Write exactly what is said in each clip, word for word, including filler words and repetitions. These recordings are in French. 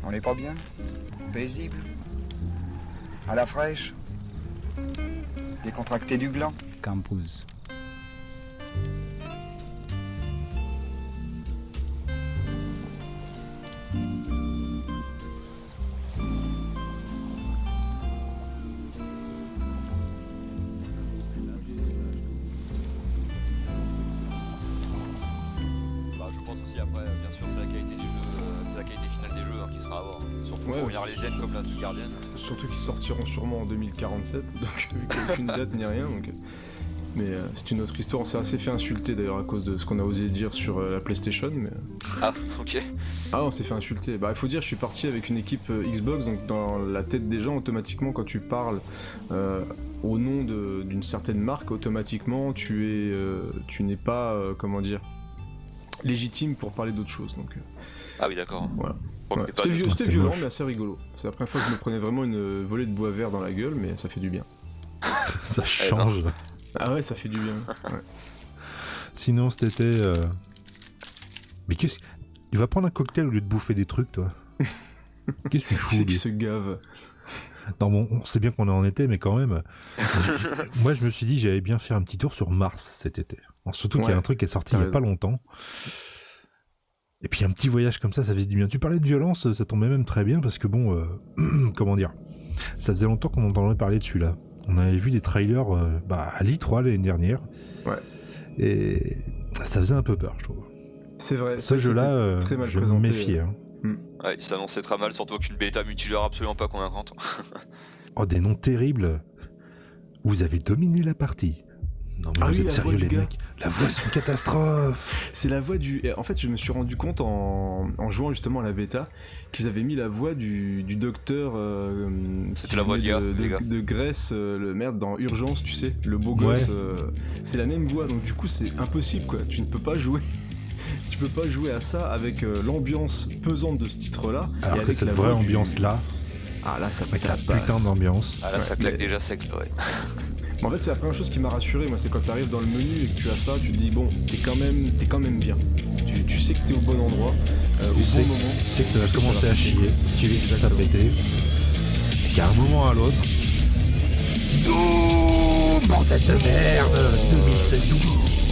On n'est pas bien? Paisible? À la fraîche? Décontracté du gland? Campus. Surtout qu'ils sortiront sûrement en deux mille quarante-sept, donc vu qu'il n'y a aucune date ni rien. Donc... Mais euh, c'est une autre histoire. On s'est assez fait insulter d'ailleurs à cause de ce qu'on a osé dire sur euh, la PlayStation. Mais... Ah, ok. Ah, on s'est fait insulter. Bah, il faut dire, je suis parti avec une équipe euh, Xbox, donc dans la tête des gens, automatiquement, quand tu parles euh, au nom de, d'une certaine marque, automatiquement, tu es, euh, tu n'es pas, euh, comment dire, légitime pour parler d'autre chose. Donc. Euh, ah oui, d'accord. Voilà. Ouais. C'était, vieux, c'était c'est violent, moche. mais assez rigolo. C'est la première fois que je me prenais vraiment une volée de bois vert dans la gueule, mais ça fait du bien. Ça change. Ah ouais, ça fait du bien. Ouais. Sinon, cet été... Euh... Mais qu'est-ce... Tu vas prendre un cocktail au lieu de bouffer des trucs, toi? Qu'est-ce que tu fous? C'est qui se gave. Non, bon, on sait bien qu'on est en été, mais quand même... Moi, je me suis dit, j'allais bien faire un petit tour sur Mars cet été. Surtout ouais, qu'il y a un truc qui est sorti il n'y a pas longtemps. Et puis un petit voyage comme ça, ça faisait du bien. Tu parlais de violence, ça tombait même très bien parce que bon, euh, comment dire, ça faisait longtemps qu'on entendait parler dessus là. On avait vu des trailers euh, bah, à l'I trois l'année dernière. Ouais. Et ça faisait un peu peur, je trouve. C'est vrai. Ce jeu-là, euh, très mal je me présenté, méfiais. euh. Hein. Mm. Ouais, il s'annonçait très mal, surtout qu'une bêta multijoueur absolument pas convaincante. Oh, des noms terribles. Vous avez dominé la partie. Non mais ah vous oui, êtes sérieux les gars. mecs? La voix c'est une catastrophe. C'est la voix du... En fait je me suis rendu compte en, en jouant justement à la bêta qu'ils avaient mis la voix du, du docteur euh, C'était la voix de, de, de, de, de Grèce, euh, le merde dans Urgence, tu sais, le beau gosse, ouais. euh, c'est la même voix, donc du coup c'est impossible quoi, tu ne peux pas jouer tu peux pas jouer à ça avec euh, l'ambiance pesante de ce titre là. Alors et que avec cette la vraie voix ambiance du... là, ah là ça avec la putain d'ambiance. Ah là ouais, ça claque mais... déjà sec ouais. En fait c'est la première chose qui m'a rassuré, moi c'est quand t'arrives dans le menu et que tu as ça, tu te dis bon t'es quand même, t'es quand même bien, tu, tu sais que t'es au bon endroit, euh, au sais, bon moment. Tu sais que ça va commencer ça va à chier, tu sais que ça va péter, et qu'à un moment à l'autre, oh bordel de merde, deux mille seize Doom.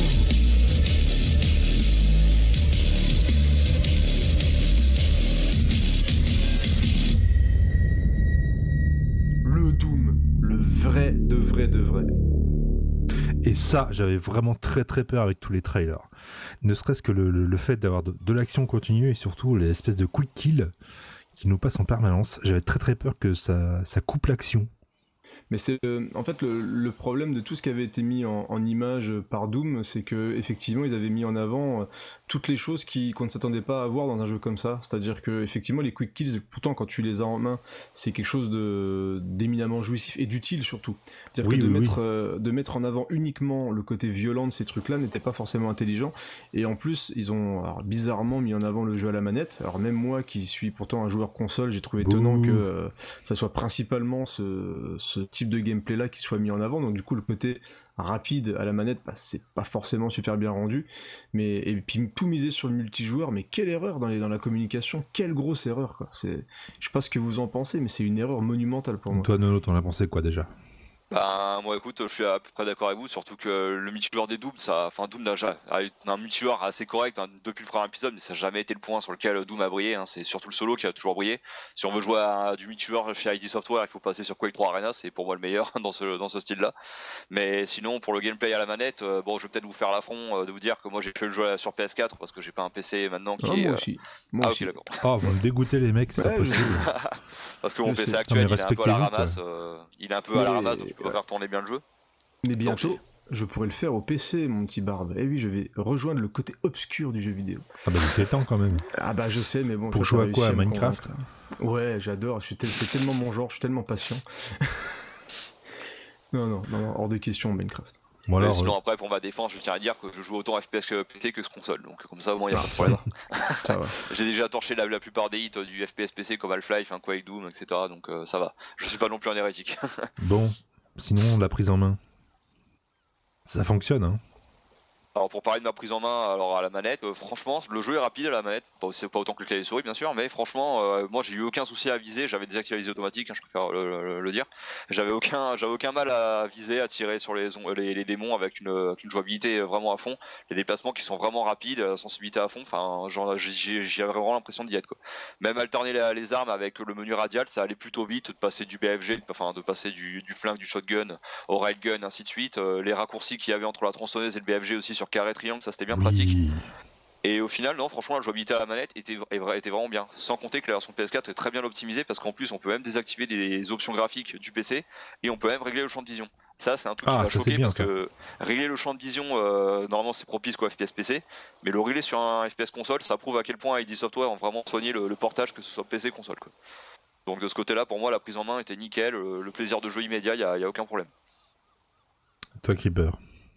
Le Doom, le vrai de vrai de vrai. Et ça, j'avais vraiment très très peur avec tous les trailers. Ne serait-ce que le, le, le fait d'avoir de, de l'action continue et surtout l'espèce de quick kill qui nous passe en permanence. J'avais très très peur que ça, ça coupe l'action. Mais c'est euh, en fait le, le problème de tout ce qui avait été mis en, en image par Doom, c'est que effectivement ils avaient mis en avant euh, toutes les choses qui, qu'on ne s'attendait pas à voir dans un jeu comme ça. C'est-à-dire que effectivement les quick kills, pourtant quand tu les as en main, c'est quelque chose de d'éminemment jouissif et d'utile surtout. C'est-à-dire oui, que de oui, mettre oui. euh, de mettre en avant uniquement le côté violent de ces trucs-là n'était pas forcément intelligent. Et en plus ils ont alors, bizarrement mis en avant le jeu à la manette. Alors même moi qui suis pourtant un joueur console, j'ai trouvé étonnant Ouh. que euh, ça soit principalement ce, ce type de gameplay là qui soit mis en avant, donc du coup le côté rapide à la manette bah, c'est pas forcément super bien rendu, mais et puis tout miser sur le multijoueur, mais quelle erreur dans, les, dans la communication, quelle grosse erreur quoi. C'est, je sais pas ce que vous en pensez, mais c'est une erreur monumentale pour moi. Toi Nono, t'en as pensé quoi déjà? Bah moi écoute, je suis à peu près d'accord avec vous, surtout que le multijoueur des Doom, ça, enfin Doom n'a jamais, un multijoueur assez correct hein, depuis le premier épisode, mais ça n'a jamais été le point sur lequel Doom a brillé, hein, c'est surtout le solo qui a toujours brillé. Si on veut jouer à du multijoueur chez I D Software, il faut passer sur Quake trois Arena, c'est pour moi le meilleur dans ce, dans ce style-là. Mais sinon pour le gameplay à la manette, euh, bon je vais peut-être vous faire l'affront euh, de vous dire que moi j'ai fait le jeu sur P S quatre parce que j'ai pas un P C maintenant qui ah, est... Moi aussi. Moi ah aussi. ok d'accord. Oh vous me dégoûtez les mecs, c'est ouais, pas possible. Parce que mon je P C sais. actuel Non, il est un peu à la ramasse, quoi. euh, il est un peu mais... à la ramasse donc je peux ouais. pas faire tourner bien le jeu. Mais bientôt, Donc, je pourrais le faire au P C, mon petit Barbe. Eh oui, je vais rejoindre le côté obscur du jeu vidéo. Ah bah il était temps quand même. Ah bah je sais, mais bon. Pour j'ai jouer pas à quoi, réussi à me Minecraft? convaincre. Ouais, j'adore. Je suis tel... C'est tellement mon genre. Je suis tellement patient. non, non, non, non, hors de question Minecraft. Bon alors, sinon euh... après pour ma défense je tiens à dire que je joue autant F P S que P C que ce console, donc comme ça au moins il n'y a pas de problème. Ça va. J'ai déjà torché la, la plupart des hits du F P S P C comme Half-Life, hein, Quake, Doom, et cetera. Donc euh, ça va, je suis pas non plus un hérétique. bon, sinon la prise en main, ça fonctionne hein. Alors pour parler de ma prise en main alors à la manette, euh, franchement le jeu est rapide à la manette, pas, c'est pas autant que le clavier souris bien sûr, mais franchement euh, moi j'ai eu aucun souci à viser, j'avais désactivé la visée automatique, hein, je préfère le, le, le dire, j'avais aucun, j'avais aucun mal à viser, à tirer sur les, les, les démons avec une, une jouabilité vraiment à fond, les déplacements qui sont vraiment rapides, la sensibilité à fond, enfin j'avais vraiment l'impression d'y être quoi. Même alterner les, les armes avec le menu radial, ça allait plutôt vite, de passer du B F G, enfin de passer du, du flingue, du shotgun au railgun, ainsi de suite, euh, les raccourcis qu'il y avait entre la tronçonneuse et le B F G aussi sur carré triangle, ça c'était bien Oui. pratique. Et au final, non, franchement, la jouabilité à la manette était, était vraiment bien. Sans compter que la version P S quatre est très bien optimisée parce qu'en plus, on peut même désactiver des options graphiques du P C et on peut même régler le champ de vision. Ça, c'est un truc ah, qui m'a choqué bien, parce ça. que régler le champ de vision, euh, normalement, c'est propice qu'au F P S P C, mais le régler sur un F P S console, ça prouve à quel point I D Software ont vraiment soigné le, le portage, que ce soit P C console, quoi. Donc de ce côté-là, pour moi, la prise en main était nickel, le, le plaisir de jeu immédiat, il n'y a, y a aucun problème. Toi, Creeper.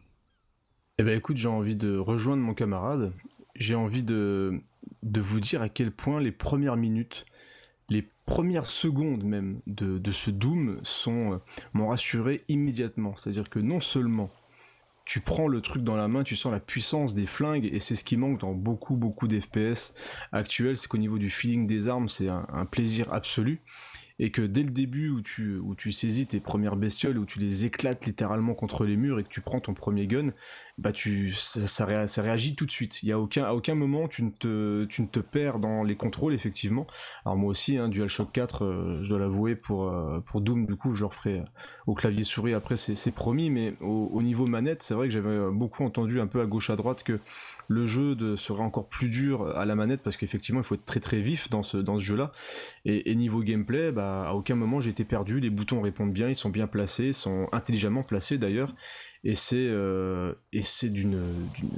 Eh ben écoute, j'ai envie de rejoindre mon camarade. J'ai envie de, de vous dire à quel point les premières minutes, les premières secondes même de, de ce Doom sont, euh, m'ont rassuré immédiatement. C'est-à-dire que non seulement tu prends le truc dans la main, tu sens la puissance des flingues, et c'est ce qui manque dans beaucoup beaucoup d'F P S actuels, c'est qu'au niveau du feeling des armes, c'est un, un plaisir absolu. Et que dès le début où tu, où tu saisis tes premières bestioles, où tu les éclates littéralement contre les murs et que tu prends ton premier gun, bah tu, ça, ça, ré, ça réagit tout de suite. Il y a aucun, à aucun moment tu ne, te, tu ne te perds dans les contrôles, effectivement. Alors moi aussi, hein, DualShock quatre, euh, je dois l'avouer, pour, euh, pour Doom, du coup, je le referai au clavier souris après, c'est, c'est promis, mais au, au niveau manette, c'est vrai que j'avais beaucoup entendu un peu à gauche à droite que le jeu de, serait encore plus dur à la manette, parce qu'effectivement, il faut être très très vif dans ce, dans ce jeu-là. Et, et niveau gameplay, bah, à aucun moment j'ai été perdu, les boutons répondent bien, ils sont bien placés, sont intelligemment placés d'ailleurs, et c'est, euh, et c'est d'une, d'une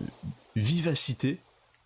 vivacité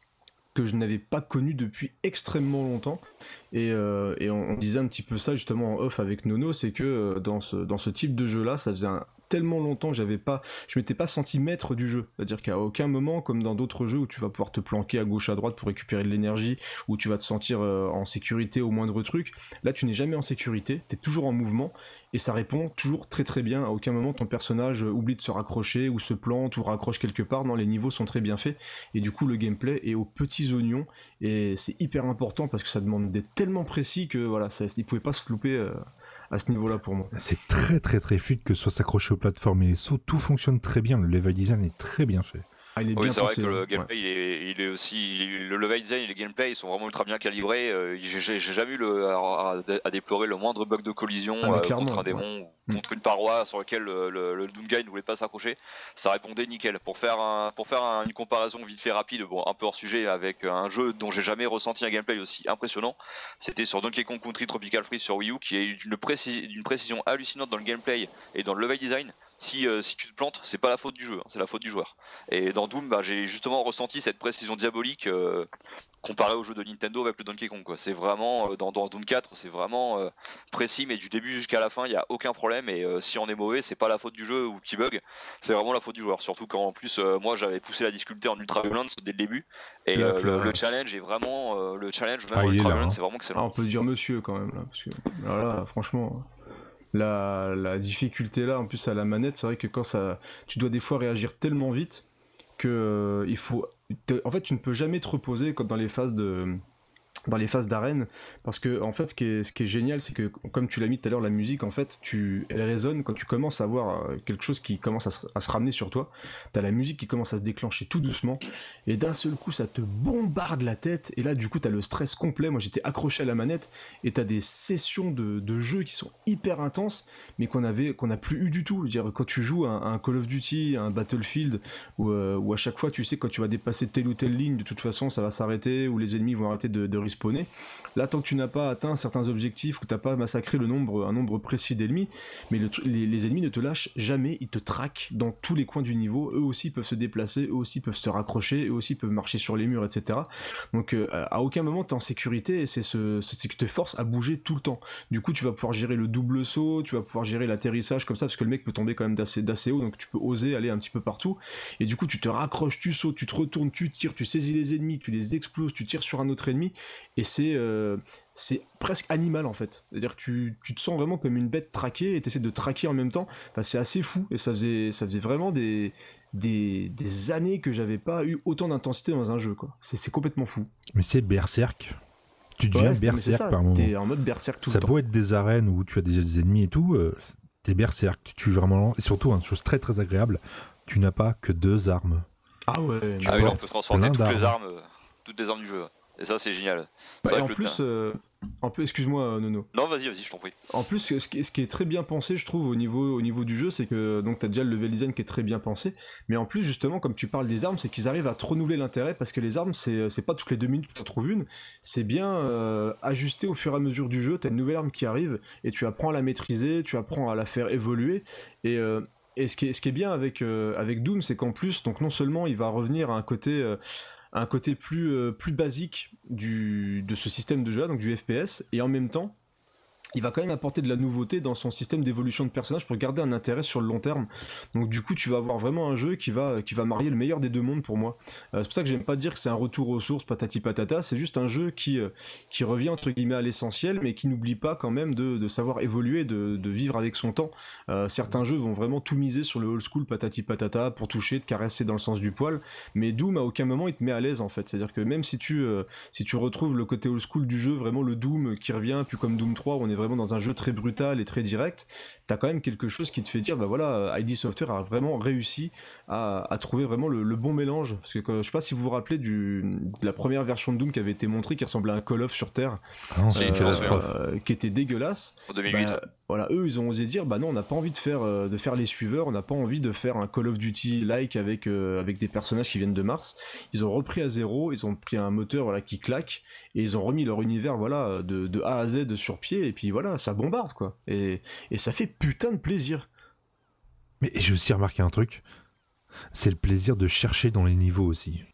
que je n'avais pas connue depuis extrêmement longtemps, et, euh, et on, on disait un petit peu ça justement en off avec Nono, c'est que dans ce, dans ce type de jeu là, ça faisait un tellement longtemps que j'avais pas, je m'étais pas senti maître du jeu, c'est-à-dire qu'à aucun moment, comme dans d'autres jeux où tu vas pouvoir te planquer à gauche à droite pour récupérer de l'énergie, où tu vas te sentir euh, en sécurité au moindre truc, là tu n'es jamais en sécurité, t'es toujours en mouvement, et ça répond toujours très très bien. À aucun moment ton personnage oublie de se raccrocher, ou se plante, ou raccroche quelque part. Non, les niveaux sont très bien faits, et du coup le gameplay est aux petits oignons, et c'est hyper important parce que ça demande d'être tellement précis que voilà, ça, il pouvait pas se louper euh, à ce niveau-là pour moi. C'est très très très fluide, que ce soit s'accrocher aux plateformes et les sauts, tout fonctionne très bien, le level design est très bien fait. Ah, il est oui, bien c'est pensé, vrai que hein. le gameplay, ouais. il, est, il est aussi. Il est, le level design et le gameplay, ils sont vraiment ultra bien calibrés. Euh, j'ai, j'ai jamais eu le, à, à déplorer le moindre bug de collision ah, euh, contre un démon ouais. ou contre une paroi sur laquelle le, le, le Doom Guy ne voulait pas s'accrocher. Ça répondait nickel. Pour faire, un, pour faire un, une comparaison vite fait rapide, bon, un peu hors sujet, avec un jeu dont j'ai jamais ressenti un gameplay aussi impressionnant, c'était sur Donkey Kong Country Tropical Freeze sur Wii U, qui est d'une précis, d'une précision hallucinante dans le gameplay et dans le level design. Si, euh, si tu te plantes, c'est pas la faute du jeu, hein, c'est la faute du joueur. Et dans Doom, bah, j'ai justement ressenti cette précision diabolique euh, comparée au jeu de Nintendo avec le Donkey Kong, quoi. C'est vraiment, euh, dans, dans Doom quatre, c'est vraiment euh, précis, mais du début jusqu'à la fin, il n'y a aucun problème. Et euh, si on est mauvais, c'est pas la faute du jeu ou qui bug, c'est vraiment la faute du joueur. Surtout quand en plus, euh, moi j'avais poussé la difficulté en ultra violence dès le début. Et euh, le, le challenge est vraiment, euh, le challenge même ah, en ultra là, violence, hein. c'est vraiment excellent. Ah, on peut dire monsieur quand même, là, parce que là, là franchement. La, la difficulté là, en plus à la manette, c'est vrai que quand ça, tu dois des fois réagir tellement vite que euh, il faut, en fait, tu ne peux jamais te reposer quand dans les phases de, dans les phases d'arène, parce que en fait, ce qui est, ce qui est génial, c'est que comme tu l'as mis tout à l'heure, la musique, en fait, tu, elle résonne quand tu commences à voir quelque chose qui commence à se, à se ramener sur toi. T'as la musique qui commence à se déclencher tout doucement, et d'un seul coup, ça te bombarde la tête, et là, du coup, t'as le stress complet. Moi, j'étais accroché à la manette, et t'as des sessions de, de jeu qui sont hyper intenses, mais qu'on avait, qu'on n'a plus eu du tout. Je veux dire, quand tu joues à un, à un Call of Duty, à un Battlefield, où, euh, où à chaque fois, tu sais, quand tu vas dépasser telle ou telle ligne, de toute façon, ça va s'arrêter, ou les ennemis vont arrêter de, de respawner. Là, tant que tu n'as pas atteint certains objectifs, ou t'as pas massacré le nombre, un nombre précis d'ennemis, mais le, les, les ennemis ne te lâchent jamais, ils te traquent dans tous les coins du niveau. Eux aussi peuvent se déplacer, eux aussi peuvent se raccrocher, eux aussi peuvent marcher sur les murs, et cetera. Donc euh, à aucun moment t'es en sécurité, et c'est ce, c'est ce qui te force à bouger tout le temps. Du coup, tu vas pouvoir gérer le double saut, tu vas pouvoir gérer l'atterrissage comme ça, parce que le mec peut tomber quand même d'assez, d'assez haut, donc tu peux oser aller un petit peu partout. Et du coup, tu te raccroches, tu sautes, tu te retournes, tu tires, tu saisis les ennemis, tu les exploses, tu tires sur un autre ennemi, et c'est euh, c'est presque animal en fait. C'est-à-dire que tu, tu te sens vraiment comme une bête traquée, et t'essaies de traquer en même temps. Enfin, c'est assez fou, et ça faisait, ça faisait vraiment des des, des années que j'avais pas eu autant d'intensité dans un jeu, quoi. C'est, c'est complètement fou. Mais c'est Berserk. Tu deviens ouais, Berserk ça, par moment. T'es en mode Berserk tout ça le temps. Ça peut être des arènes où tu as des, des ennemis et tout, euh, t'es Berserk. Tu tues vraiment. Et surtout, une chose très très agréable, tu n'as pas que deux armes. Ah ouais. Ah oui, on peut transformer toutes d'armes. les armes, euh, toutes les armes du jeu. Et ça, c'est génial. Bah, C'est et vrai en que plus, euh, en plus, excuse-moi, Nono. Non, vas-y, vas-y, je t'en prie. En plus, ce qui, ce qui est très bien pensé, je trouve, au niveau, au niveau du jeu, c'est que donc t'as déjà le level design qui est très bien pensé, mais en plus, justement, comme tu parles des armes, c'est qu'ils arrivent à te renouveler l'intérêt, parce que les armes, c'est, c'est pas toutes les deux minutes que tu en trouves une, c'est bien euh, ajusté au fur et à mesure du jeu. T'as une nouvelle arme qui arrive et tu apprends à la maîtriser, tu apprends à la faire évoluer, et euh, et ce qui est, ce qui est bien avec euh, avec Doom, c'est qu'en plus, donc non seulement il va revenir à un côté euh, un côté plus, euh, plus basique du, de ce système de jeu, donc du F P S, et en même temps, il va quand même apporter de la nouveauté dans son système d'évolution de personnage pour garder un intérêt sur le long terme. Donc du coup, tu vas avoir vraiment un jeu qui va, qui va marier le meilleur des deux mondes pour moi. Euh, c'est pour ça que j'aime pas dire que c'est un retour aux sources, patati patata, c'est juste un jeu qui, euh, qui revient entre guillemets à l'essentiel, mais qui n'oublie pas quand même de, de savoir évoluer, de, de vivre avec son temps. Euh, certains jeux vont vraiment tout miser sur le old school, patati patata, pour toucher, te caresser dans le sens du poil, mais Doom à aucun moment il te met à l'aise en fait. C'est-à-dire que même si tu, euh, si tu retrouves le côté old school du jeu, vraiment le Doom qui revient, puis comme Doom trois, on est vraiment dans un jeu très brutal et très direct, t'as quand même quelque chose qui te fait dire bah voilà, I D Software a vraiment réussi à, à trouver vraiment le, le bon mélange, parce que quand, je sais pas si vous vous rappelez du, de la première version de Doom qui avait été montrée, qui ressemblait à un Call of sur Terre, ah, c'est une catastrophe, euh, qui était dégueulasse. En deux mille huit. Bah, voilà, eux ils ont osé dire bah non, on n'a pas envie de faire euh, de faire les suiveurs, on n'a pas envie de faire un Call of Duty like avec euh, avec des personnages qui viennent de Mars. Ils ont repris à zéro, ils ont pris un moteur voilà qui claque et ils ont remis leur univers voilà de, de A à Z sur pied, et puis voilà, ça bombarde quoi, et, et ça fait putain de plaisir. Mais j'ai aussi remarqué un truc, c'est le plaisir de chercher dans les niveaux aussi.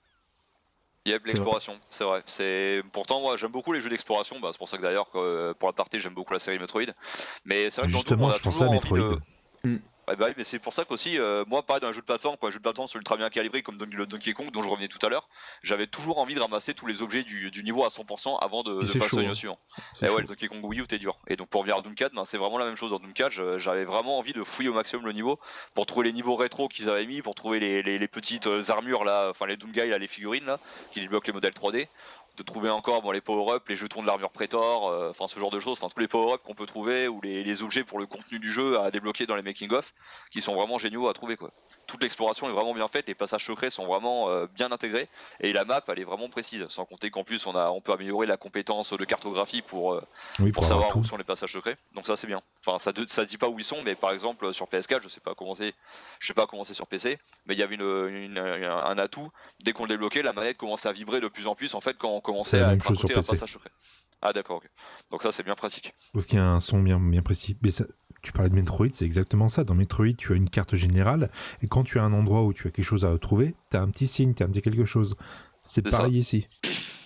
Yep, l'exploration, c'est vrai. C'est pourtant moi j'aime beaucoup les jeux d'exploration. Bah, c'est pour ça que d'ailleurs que, pour la partie j'aime beaucoup la série Metroid. Mais c'est vrai que justement, dans Doom, on a je pensais à Metroid. De... Mm. Ouais, bah, mais c'est pour ça qu'aussi, euh, moi pareil dans un jeu de plateforme, quoi, un jeu de plateforme sur ultra bien calibré comme le Donkey Kong dont je revenais tout à l'heure, j'avais toujours envie de ramasser tous les objets du, du niveau à cent pour cent avant de, de passer au niveau suivant. Et ouais, le Donkey Kong Wii U t'es dur. Et donc pour revenir à Doom quatre, ben, c'est vraiment la même chose dans Doom quatre, je, j'avais vraiment envie de fouiller au maximum le niveau pour trouver les niveaux rétro qu'ils avaient mis, pour trouver les, les, les petites armures là, enfin les Doom Guy là, les figurines là, qui débloquent les modèles trois D. De trouver encore bon, les power-up, les jetons de l'armure Praetor, enfin euh, ce genre de choses, enfin tous les power-up qu'on peut trouver ou les, les objets pour le contenu du jeu à débloquer dans les making-of qui sont vraiment géniaux à trouver quoi. Toute l'exploration est vraiment bien faite, les passages secrets sont vraiment euh, bien intégrés et la map elle est vraiment précise, sans compter qu'en plus on, a, on peut améliorer la compétence de cartographie pour, euh, oui, pour, pour savoir où sont les passages secrets, donc ça c'est bien. Enfin ça, ça dit pas où ils sont, mais par exemple sur P S quatre, je sais pas comment c'est, je sais pas comment c'est sur P C, mais il y avait une, une, une, un atout, dès qu'on le débloquait, la manette commençait à vibrer de plus en plus en fait quand on commençait à être à côté d'un passage secret. Ah d'accord, ok. Donc ça c'est bien pratique. Sauf qu'il y a un son bien, bien précis. Mais ça, tu parlais de Metroid, c'est exactement ça. Dans Metroid, tu as une carte générale, et quand tu as un endroit où tu as quelque chose à trouver, tu as un petit signe, tu as un petit quelque chose. C'est, c'est pareil ça. Ici.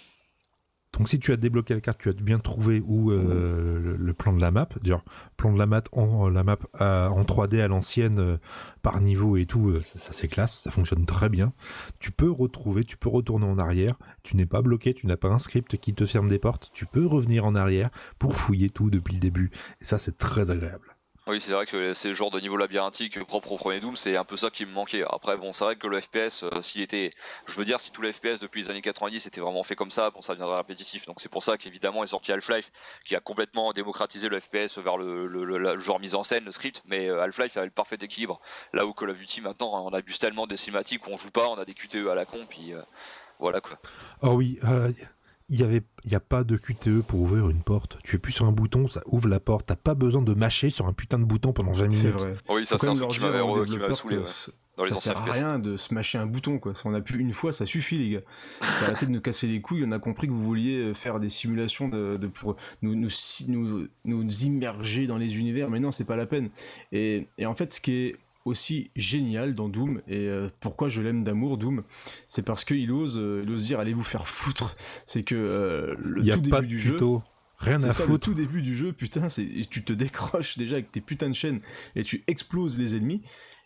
Donc si tu as débloqué la carte, tu as bien trouvé où euh, le, le plan de la map, genre plan de la map en, la map à, en trois D à l'ancienne, euh, par niveau et tout, euh, ça, ça c'est classe, ça fonctionne très bien. Tu peux retrouver, tu peux retourner en arrière, tu n'es pas bloqué, tu n'as pas un script qui te ferme des portes, tu peux revenir en arrière pour fouiller tout depuis le début. Et ça c'est très agréable. Oui, c'est vrai que c'est le genre de niveau labyrinthique propre au premier Doom, c'est un peu ça qui me manquait. Après, bon, c'est vrai que le F P S, euh, s'il était, je veux dire, si tout le F P S depuis les années quatre-vingt-dix était vraiment fait comme ça, bon, ça deviendrait répétitif. Donc c'est pour ça qu'évidemment est sorti Half-Life, qui a complètement démocratisé le F P S vers le, le, le, le genre mise en scène, le script. Mais euh, Half-Life avait le parfait équilibre. Là où Call of Duty, maintenant, on abuse tellement des cinématiques qu'on joue pas, on a des Q T E à la con, puis euh, voilà quoi. Oh oui. Euh... Il y avait, il y a pas de Q T E pour ouvrir une porte. Tu appuies sur un bouton, ça ouvre la porte. T'as pas besoin de mâcher sur un putain de bouton pendant vingt minutes. C'est vrai. Oui, ça c'est un truc qui m'avait, re... qui m'avait saoulé. Ouais. Dans les ça sert à rien de se mâcher un bouton quoi. Si on a pu une fois, ça suffit les gars. Ça arrêtez de nous casser les couilles. On a compris que vous vouliez faire des simulations de, de pour nous, nous nous nous immerger dans les univers, mais non, c'est pas la peine. Et, et en fait, ce qui est aussi génial dans Doom, et euh, pourquoi je l'aime d'amour Doom, c'est parce qu'il ose, euh, il ose dire allez vous faire foutre. C'est que euh, le tout début du jeu, rien c'est à ça, foutre. le tout début du jeu, putain, c'est tu te décroches déjà avec tes putains de chaînes et tu exploses les ennemis.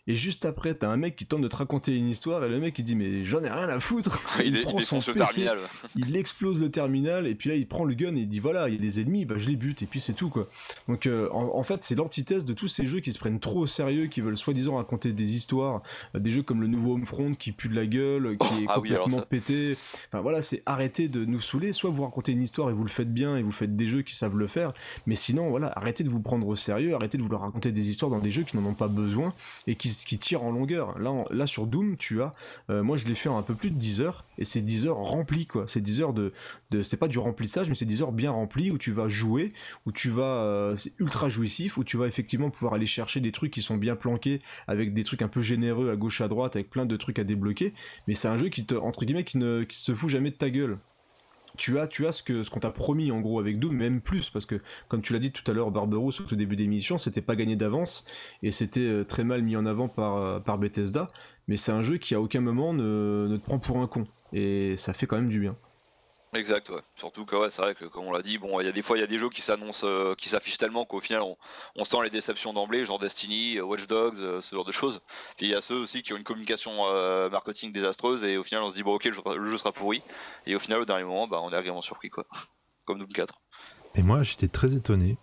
et juste après t'as un mec qui tente de te raconter une histoire et le mec il dit mais j'en ai rien à foutre. il, il, il prend son défonce le P C, terminal. il explose le terminal et puis là il prend le gun et il dit voilà il y a des ennemis, bah je les bute et puis c'est tout quoi. Donc euh, en, en fait c'est l'antithèse de tous ces jeux qui se prennent trop au sérieux, qui veulent soi-disant raconter des histoires, euh, des jeux comme le nouveau Homefront qui pue de la gueule, qui oh, est ah complètement oui, pété. Enfin voilà, c'est arrêter de nous saouler, soit vous racontez une histoire et vous le faites bien et vous faites des jeux qui savent le faire, mais sinon voilà, arrêtez de vous prendre au sérieux, arrêtez de vouloir raconter des histoires dans des jeux qui n'en ont pas besoin et qui, qui tirent en longueur. Là, en, là sur Doom, tu as, euh, moi je l'ai fait en un peu plus de dix heures et c'est dix heures remplies quoi, c'est dix heures de, de c'est pas du remplissage mais c'est dix heures bien remplies où tu vas jouer, où tu vas, euh, c'est ultra jouissif, où tu vas effectivement pouvoir aller chercher des trucs qui sont bien planqués avec des trucs un peu généreux à gauche à droite avec plein de trucs à débloquer, mais c'est un jeu qui te, entre guillemets, qui ne qui se fout jamais de ta gueule. Tu as, tu as ce, que, ce qu'on t'a promis en gros avec Doom, même plus, parce que comme tu l'as dit tout à l'heure, Barberousse, au tout début d'émission, c'était pas gagné d'avance, et c'était euh, très mal mis en avant par, euh, par Bethesda, mais c'est un jeu qui à aucun moment ne, ne te prend pour un con, et ça fait quand même du bien. Exact, ouais. Surtout que ouais, c'est vrai que comme on l'a dit, bon, il y a des fois il y a des jeux qui s'annoncent, euh, qui s'affichent tellement qu'au final on, on sent les déceptions d'emblée, genre Destiny, Watch Dogs, euh, ce genre de choses. Puis il y a ceux aussi qui ont une communication euh, marketing désastreuse et au final on se dit bon ok le jeu, le jeu sera pourri et au final au dernier moment bah on est agréablement surpris quoi. Comme Doom quatre. Et moi j'étais très étonné.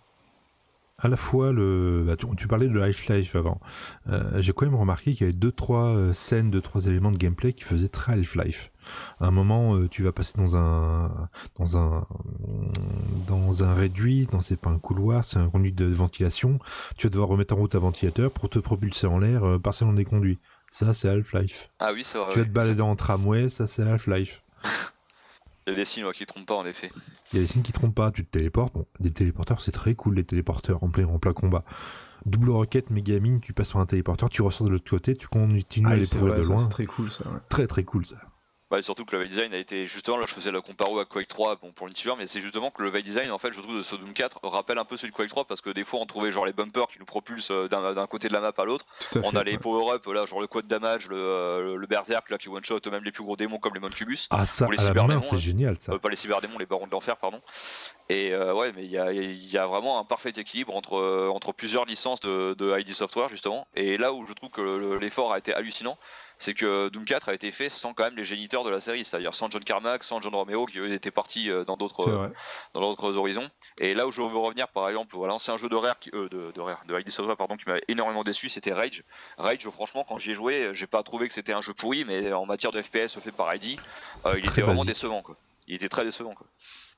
À la fois le, bah, tu, tu parlais de Half-Life avant. Euh, j'ai quand même remarqué qu'il y avait deux trois euh, scènes, deux trois éléments de gameplay qui faisaient très Half-Life. À un moment, euh, tu vas passer dans un dans un dans un réduit, dans c'est pas un couloir, c'est un conduit de ventilation. Tu vas devoir remettre en route un ventilateur pour te propulser en l'air, euh, passer dans des conduits. Ça, c'est Half-Life. Ah oui, c'est vrai. Tu vas oui, te balader en tramway, ça, c'est Half-Life. Il y a des signes ouais, qui trompent pas en effet. Il y a des signes qui trompent pas, tu te téléportes. Bon, des téléporteurs, c'est très cool, les téléporteurs en plein, en plein combat. Double roquette, méga mine, tu passes par un téléporteur, tu ressors de l'autre côté, tu continues ah, à aller courir de ça, loin. C'est très cool ça. Ouais. Très très cool ça. Ouais, surtout que le level design a été justement là je faisais la comparo à Quake trois bon, pour le multijoueur mais c'est justement que le level design en fait je trouve de ce Doom quatre rappelle un peu celui de Quake trois parce que des fois on trouvait genre les bumpers qui nous propulsent d'un, d'un côté de la map à l'autre, à on fait, a les ouais. power-up là genre le quad damage, le, euh, le berserk là qui one shot même les plus gros démons comme les Moncubus ah ça ou les à la main c'est là. génial ça euh, pas les cyberdémons, les barons de l'enfer pardon et euh, ouais mais il y a, y a vraiment un parfait équilibre entre, euh, entre plusieurs licences de, de I D Software justement et là où je trouve que le, l'effort a été hallucinant c'est que Doom quatre a été fait sans quand même les géniteurs de la série, c'est-à-dire sans John Carmack, sans John Romero qui eux étaient partis dans d'autres, euh, dans d'autres horizons. Et là où je veux revenir par exemple à l'ancien jeu de Rare, qui, euh, de, de Rare, de I D Software pardon, qui m'a énormément déçu, c'était Rage. Rage franchement quand j'y ai joué, j'ai pas trouvé que c'était un jeu pourri, mais en matière de F P S fait par I D, euh, il était vraiment basique. décevant quoi. Il était très décevant quoi.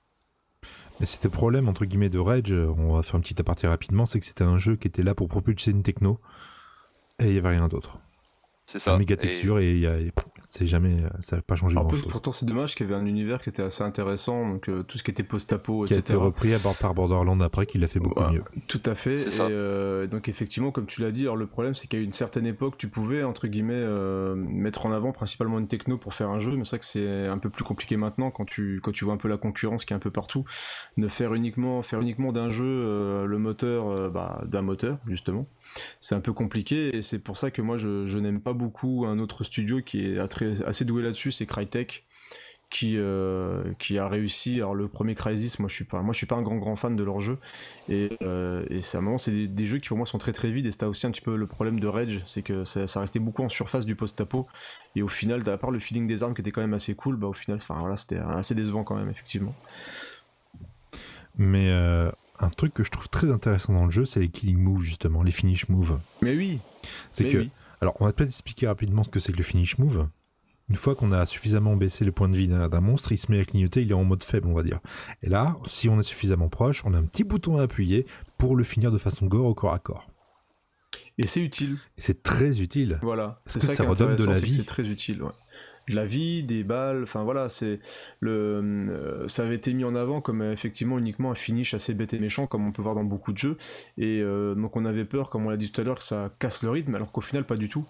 Mais c'était le problème entre guillemets de Rage, on va faire un petit aparté rapidement, c'est que c'était un jeu qui était là pour propulser une techno et il y avait rien d'autre. C'est ça. Une méga texture et, et, y a, et c'est jamais, ça n'a pas changé grand chose. Pourtant c'est dommage qu'il y avait un univers qui était assez intéressant, donc euh, tout ce qui était post-apo, qui et cetera. Qui a été repris à bord par Borderlands après, qui l'a fait beaucoup ouais, mieux. Tout à fait. C'est et ça. euh, donc effectivement, comme tu l'as dit, alors le problème c'est qu'à une certaine époque, tu pouvais entre guillemets euh, mettre en avant principalement une techno pour faire un jeu, mais c'est vrai que c'est un peu plus compliqué maintenant quand tu quand tu vois un peu la concurrence qui est un peu partout. Ne faire uniquement faire uniquement d'un jeu euh, le moteur euh, bah, d'un moteur justement, c'est un peu compliqué et c'est pour ça que moi je, je n'aime pas beaucoup un autre studio qui est assez doué là-dessus, c'est Crytek qui euh, qui a réussi. Alors le premier Crysis, moi je suis pas moi je suis pas un grand grand fan de leur jeu et euh, et c'est à un moment c'est des, des jeux qui pour moi sont très très vides et c'était aussi un petit peu le problème de Rage, c'est que ça, ça restait beaucoup en surface du post-apo et au final à part le feeling des armes qui était quand même assez cool, bah au final enfin voilà c'était assez décevant quand même effectivement. Mais euh, un truc que je trouve très intéressant dans le jeu, c'est les killing moves justement, les finish moves. Mais oui. C'est Mais que oui. Alors, on va peut-être expliquer rapidement ce que c'est que le finish move. Une fois qu'on a suffisamment baissé les points de vie d'un, d'un monstre, il se met à clignoter, il est en mode faible, on va dire. Et là, si on est suffisamment proche, on a un petit bouton à appuyer pour le finir de façon gore au corps à corps. Et c'est utile. Et c'est très utile. Voilà. Parce c'est que ça, ça qui est redonne de la c'est vie. C'est très utile, ouais. De la vie, des balles, enfin voilà, c'est le, euh, ça avait été mis en avant comme euh, effectivement uniquement un finish assez bête et méchant comme on peut voir dans beaucoup de jeux et euh, donc on avait peur, comme on l'a dit tout à l'heure, que ça casse le rythme alors qu'au final pas du tout.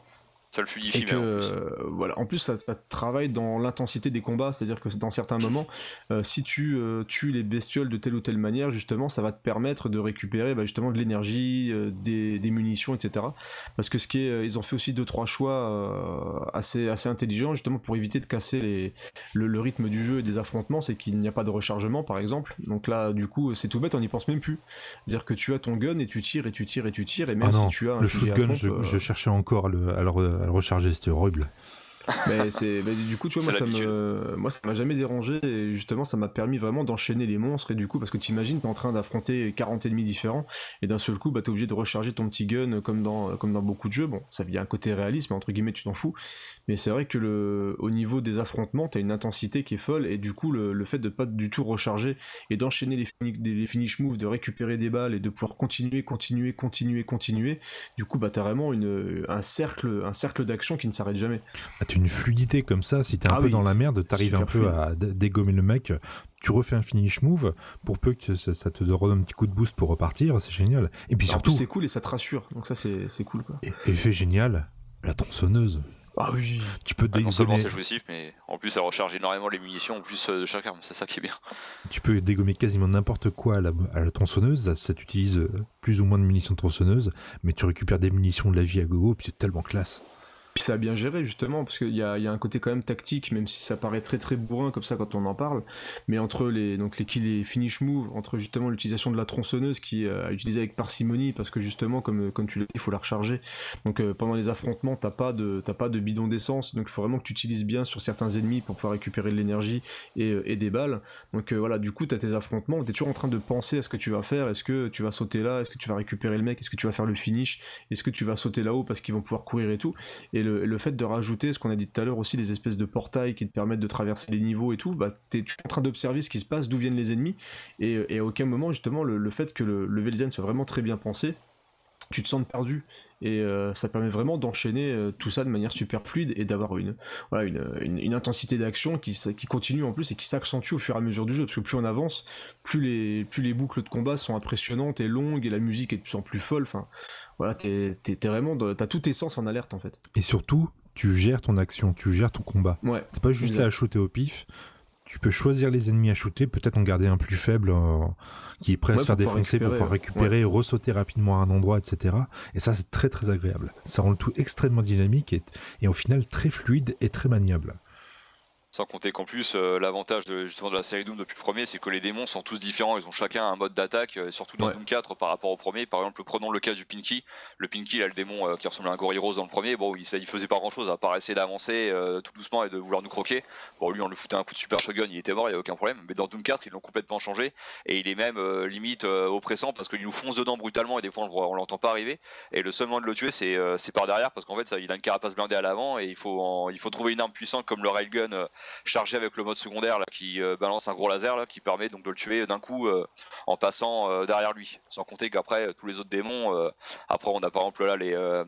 Ça le fluidifie, et que, en plus. Euh, voilà. En plus, ça, ça travaille dans l'intensité des combats, c'est-à-dire que dans certains moments, euh, si tu euh, tues les bestioles de telle ou telle manière, justement, ça va te permettre de récupérer bah, justement de l'énergie, euh, des, des munitions, et cetera. Parce que ce qui est, euh, ils ont fait aussi deux trois choix euh, assez assez intelligents, justement pour éviter de casser les, le, le rythme du jeu et des affrontements, c'est qu'il n'y a pas de rechargement, par exemple. Donc là, du coup, c'est tout bête, on n'y pense même plus. C'est-à-dire que tu as ton gun et tu tires et tu tires et tu tires, et même ah non, si tu as un le fusil à shotgun, pompe, je, euh... je cherchais encore à le, à le, à le recharger, c'était horrible. Mais c'est, mais du coup, tu vois, moi ça, me, moi ça m'a jamais dérangé, et justement ça m'a permis vraiment d'enchaîner les monstres, et du coup, parce que t'imagines, t'es en train d'affronter quarante ennemis différents, et d'un seul coup, bah t'es obligé de recharger ton petit gun comme dans, comme dans beaucoup de jeux. Bon, ça vient un côté réaliste, mais entre guillemets, tu t'en fous. Mais c'est vrai que le, au niveau des affrontements, t'as une intensité qui est folle, et du coup, le, le fait de pas du tout recharger, et d'enchaîner les, fini, les finish moves, de récupérer des balles, et de pouvoir continuer, continuer, continuer, continuer, du coup, bah t'as vraiment une, un cercle, un cercle d'action qui ne s'arrête jamais. Ah, t'as une fluidité comme ça, si t'es un ah peu oui, dans la merde, t'arrives un peu fluide. à dégommer le mec, tu refais un finish move, pour peu que ça, ça te redonne un petit coup de boost pour repartir, c'est génial. Et puis Alors surtout... c'est cool et ça te rassure, donc ça c'est, c'est cool, quoi. Effet génial, la tronçonneuse. Ah oui. Tu peux ah, non seulement dégommer... c'est jouissif, mais en plus elle recharge énormément les munitions en plus de chaque arme, c'est ça qui est bien. Tu peux dégommer quasiment n'importe quoi à la, à la tronçonneuse, ça, ça t'utilise plus ou moins de munitions de tronçonneuse, mais tu récupères des munitions de la vie à gogo, puis c'est tellement classe. Puis ça a bien géré justement, parce qu'il y a, y a un côté quand même tactique, même si ça paraît très très bourrin comme ça quand on en parle, mais entre les, donc les, les finish moves, entre justement l'utilisation de la tronçonneuse qui est euh, utilisée avec parcimonie, parce que justement comme, comme tu l'as dit, il faut la recharger, donc euh, pendant les affrontements t'as pas, de, t'as pas de bidon d'essence, donc il faut vraiment que tu utilises bien sur certains ennemis pour pouvoir récupérer de l'énergie et, euh, et des balles, donc euh, voilà, du coup t'as tes affrontements, t'es toujours en train de penser à ce que tu vas faire, est-ce que tu vas sauter là, est-ce que tu vas récupérer le mec, est-ce que tu vas faire le finish, est-ce que tu vas sauter là-haut parce qu'ils vont pouvoir courir et tout, et le, le fait de rajouter ce qu'on a dit tout à l'heure aussi, des espèces de portails qui te permettent de traverser les niveaux et tout, bah t'es en train d'observer ce qui se passe, d'où viennent les ennemis, et, et à aucun moment justement le, le fait que le level design soit vraiment très bien pensé, tu te sens perdu, et euh, ça permet vraiment d'enchaîner euh, tout ça de manière super fluide et d'avoir une, voilà, une, une, une intensité d'action qui, qui continue en plus et qui s'accentue au fur et à mesure du jeu, parce que plus on avance, plus les, plus les boucles de combat sont impressionnantes et longues, et la musique est de plus en plus folle, enfin voilà, t'es, t'es, t'es vraiment, de, t'as tous tes sens en alerte en fait. Et surtout, tu gères ton action, tu gères ton combat. Ouais. T'es pas juste exact. Là à shooter au pif. Tu peux choisir les ennemis à shooter, peut-être en garder un plus faible euh, qui est prêt ouais, à se faire défoncer pour pouvoir récupérer, ouais. Ressauter rapidement à un endroit, et cetera. Et ça, c'est très très agréable. Ça rend le tout extrêmement dynamique et, et au final très fluide et très maniable. Sans compter qu'en plus, euh, l'avantage de, justement de la série Doom depuis le premier, c'est que les démons sont tous différents, ils ont chacun un mode d'attaque, euh, surtout dans ouais. Doom quatre par rapport au premier. Par exemple, prenons le cas du Pinky. Le Pinky, là, le démon euh, qui ressemble à un gorille rose dans le premier, bon, il, ça, il faisait pas grand chose à part essayer d'avancer euh, tout doucement et de vouloir nous croquer. Bon, lui, on lui foutait un coup de super shotgun, il était mort, il n'y a aucun problème. Mais dans Doom quatre, ils l'ont complètement changé et il est même euh, limite euh, oppressant parce qu'il nous fonce dedans brutalement et des fois on, on l'entend pas arriver. Et le seul moyen de le tuer, c'est, euh, c'est par derrière parce qu'en fait, ça, il a une carapace blindée à l'avant et il faut, en, il faut trouver une arme puissante comme le railgun euh, chargé avec le mode secondaire là, qui euh, balance un gros laser là, qui permet donc de le tuer d'un coup euh, en passant euh, derrière lui, sans compter qu'après tous les autres démons euh, après on a par exemple là les euh,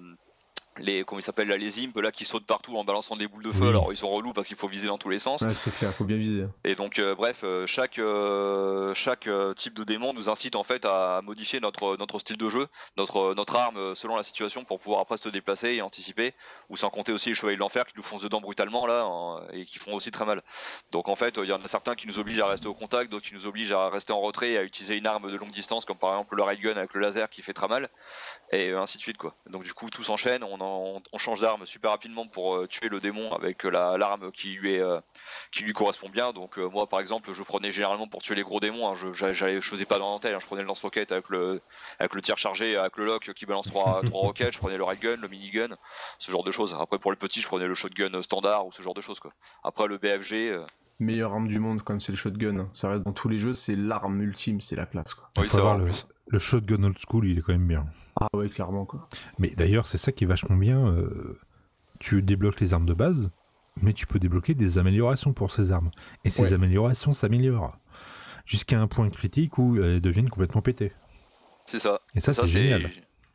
les comment ils s'appellent là, les imps là qui sautent partout en balançant des boules de feu. Oui. Alors ils sont relous parce qu'il faut viser dans tous les sens. Ouais, c'est clair, faut bien viser. Et donc euh, bref, euh, chaque euh, chaque euh, type de démon nous incite en fait à modifier notre notre style de jeu, notre notre arme euh, selon la situation pour pouvoir après se déplacer et anticiper. Ou sans compter aussi les chevaliers de l'enfer qui nous foncent dedans brutalement là hein, et qui font aussi très mal. Donc en fait, il euh, y en a certains qui nous obligent à rester au contact, d'autres qui nous obligent à rester en retrait et à utiliser une arme de longue distance comme par exemple le railgun avec le laser qui fait très mal et euh, ainsi de suite quoi. Donc du coup tout s'enchaîne, on en On, on change d'arme super rapidement pour euh, tuer le démon avec euh, la, l'arme qui lui, est, euh, qui lui correspond bien. Donc euh, moi par exemple je prenais généralement pour tuer les gros démons, hein, je, j'allais, je faisais pas dans dentelle, hein, je prenais le lance-roquette avec le, avec le tir chargé, avec le lock qui balance trois roquettes, je prenais le railgun, le minigun, ce genre de choses. Après pour le petit je prenais le shotgun standard ou ce genre de choses quoi. Après le B F G... Euh... Meilleure arme du monde comme c'est le shotgun, ça reste dans tous les jeux, c'est l'arme ultime, c'est la classe quoi. Il faut avoir le, le shotgun old school, il est quand même bien. Ah ouais, clairement quoi. Mais d'ailleurs, c'est ça qui est vachement bien. Euh, tu débloques les armes de base, mais tu peux débloquer des améliorations pour ces armes. Et ces ouais. améliorations s'améliorent jusqu'à un point critique où elles deviennent complètement pétées. C'est ça. Et ça, ça c'est, c'est génial.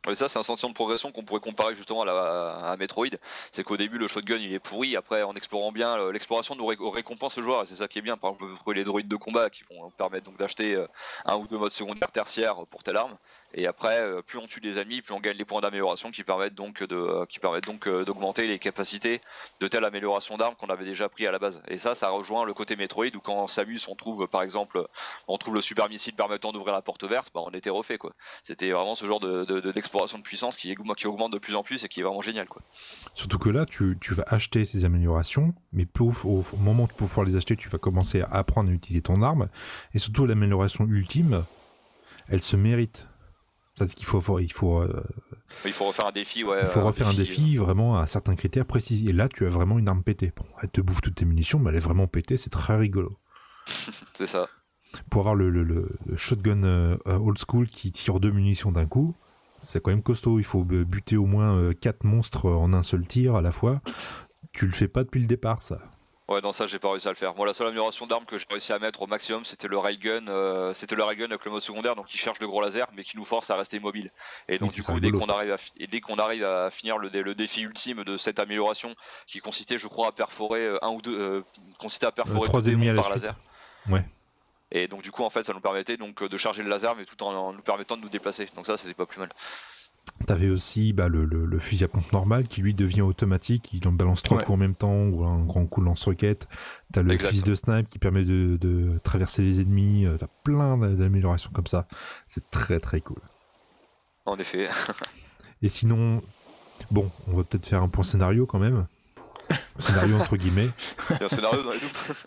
Et ça, c'est un sentiment de progression qu'on pourrait comparer justement à, la, à Metroid. C'est qu'au début, le shotgun il est pourri. Après, en explorant bien, l'exploration nous ré récompense le joueur. Et c'est ça qui est bien. Par exemple, on peut trouver les droïdes de combat qui vont permettre donc d'acheter un ou deux modes secondaires, tertiaires pour telle arme. Et après, plus on tue des ennemis, plus on gagne les points d'amélioration qui permettent donc de, qui permettent donc d'augmenter les capacités de telle amélioration d'armes qu'on avait déjà pris à la base. Et ça, ça rejoint le côté Metroid où quand on s'amuse, on trouve par exemple, on trouve le super missile permettant d'ouvrir la porte verte, bah, on était refait quoi. C'était vraiment ce genre de, de, de de puissance qui, qui augmente de plus en plus et qui est vraiment génial quoi. Surtout que là tu, tu vas acheter ces améliorations, mais pour, au, au moment où tu peux pouvoir les acheter, tu vas commencer à apprendre à utiliser ton arme, et surtout l'amélioration ultime elle se mérite. C'est-à-dire qu'il faut, il faut, euh, il faut refaire un défi, ouais. Il faut un refaire défi, un défi euh... vraiment à certains critères précis. Et là, tu as vraiment une arme pétée. Bon, elle te bouffe toutes tes munitions, mais elle est vraiment pétée. C'est très rigolo. C'est ça. Pour avoir le, le, le shotgun euh, old school qui tire deux munitions d'un coup, c'est quand même costaud. Il faut buter au moins euh, quatre monstres en un seul tir à la fois. Tu le fais pas depuis le départ, ça. Ouais, non, ça j'ai pas réussi à le faire. Moi, la seule amélioration d'arme que j'ai réussi à mettre au maximum, c'était le railgun. Euh, c'était le railgun avec le mode secondaire, donc qui charge de gros lasers, mais qui nous force à rester immobile. Et donc, oui, du coup, dès qu'on arrive, à et dès qu'on arrive à finir le, le défi ultime de cette amélioration, qui consistait, je crois, à perforer un ou deux, euh, consistait à perforer euh, trois ennemis par laser. Ouais. Et donc, du coup, en fait, ça nous permettait donc de charger le laser, mais tout en, en nous permettant de nous déplacer. Donc ça, c'était pas plus mal. T'avais aussi bah, le, le, le fusil à pompe normal qui lui devient automatique, il en balance trois ouais. coups en même temps ou un grand coup de lance-roquette. T'as le fusil de snipe qui permet de, de traverser les ennemis, t'as plein d'améliorations comme ça. C'est très très cool. En effet. Et sinon, bon, on va peut-être faire un point scénario quand même. Scénario entre guillemets. Il y a un scénario dans les doubles.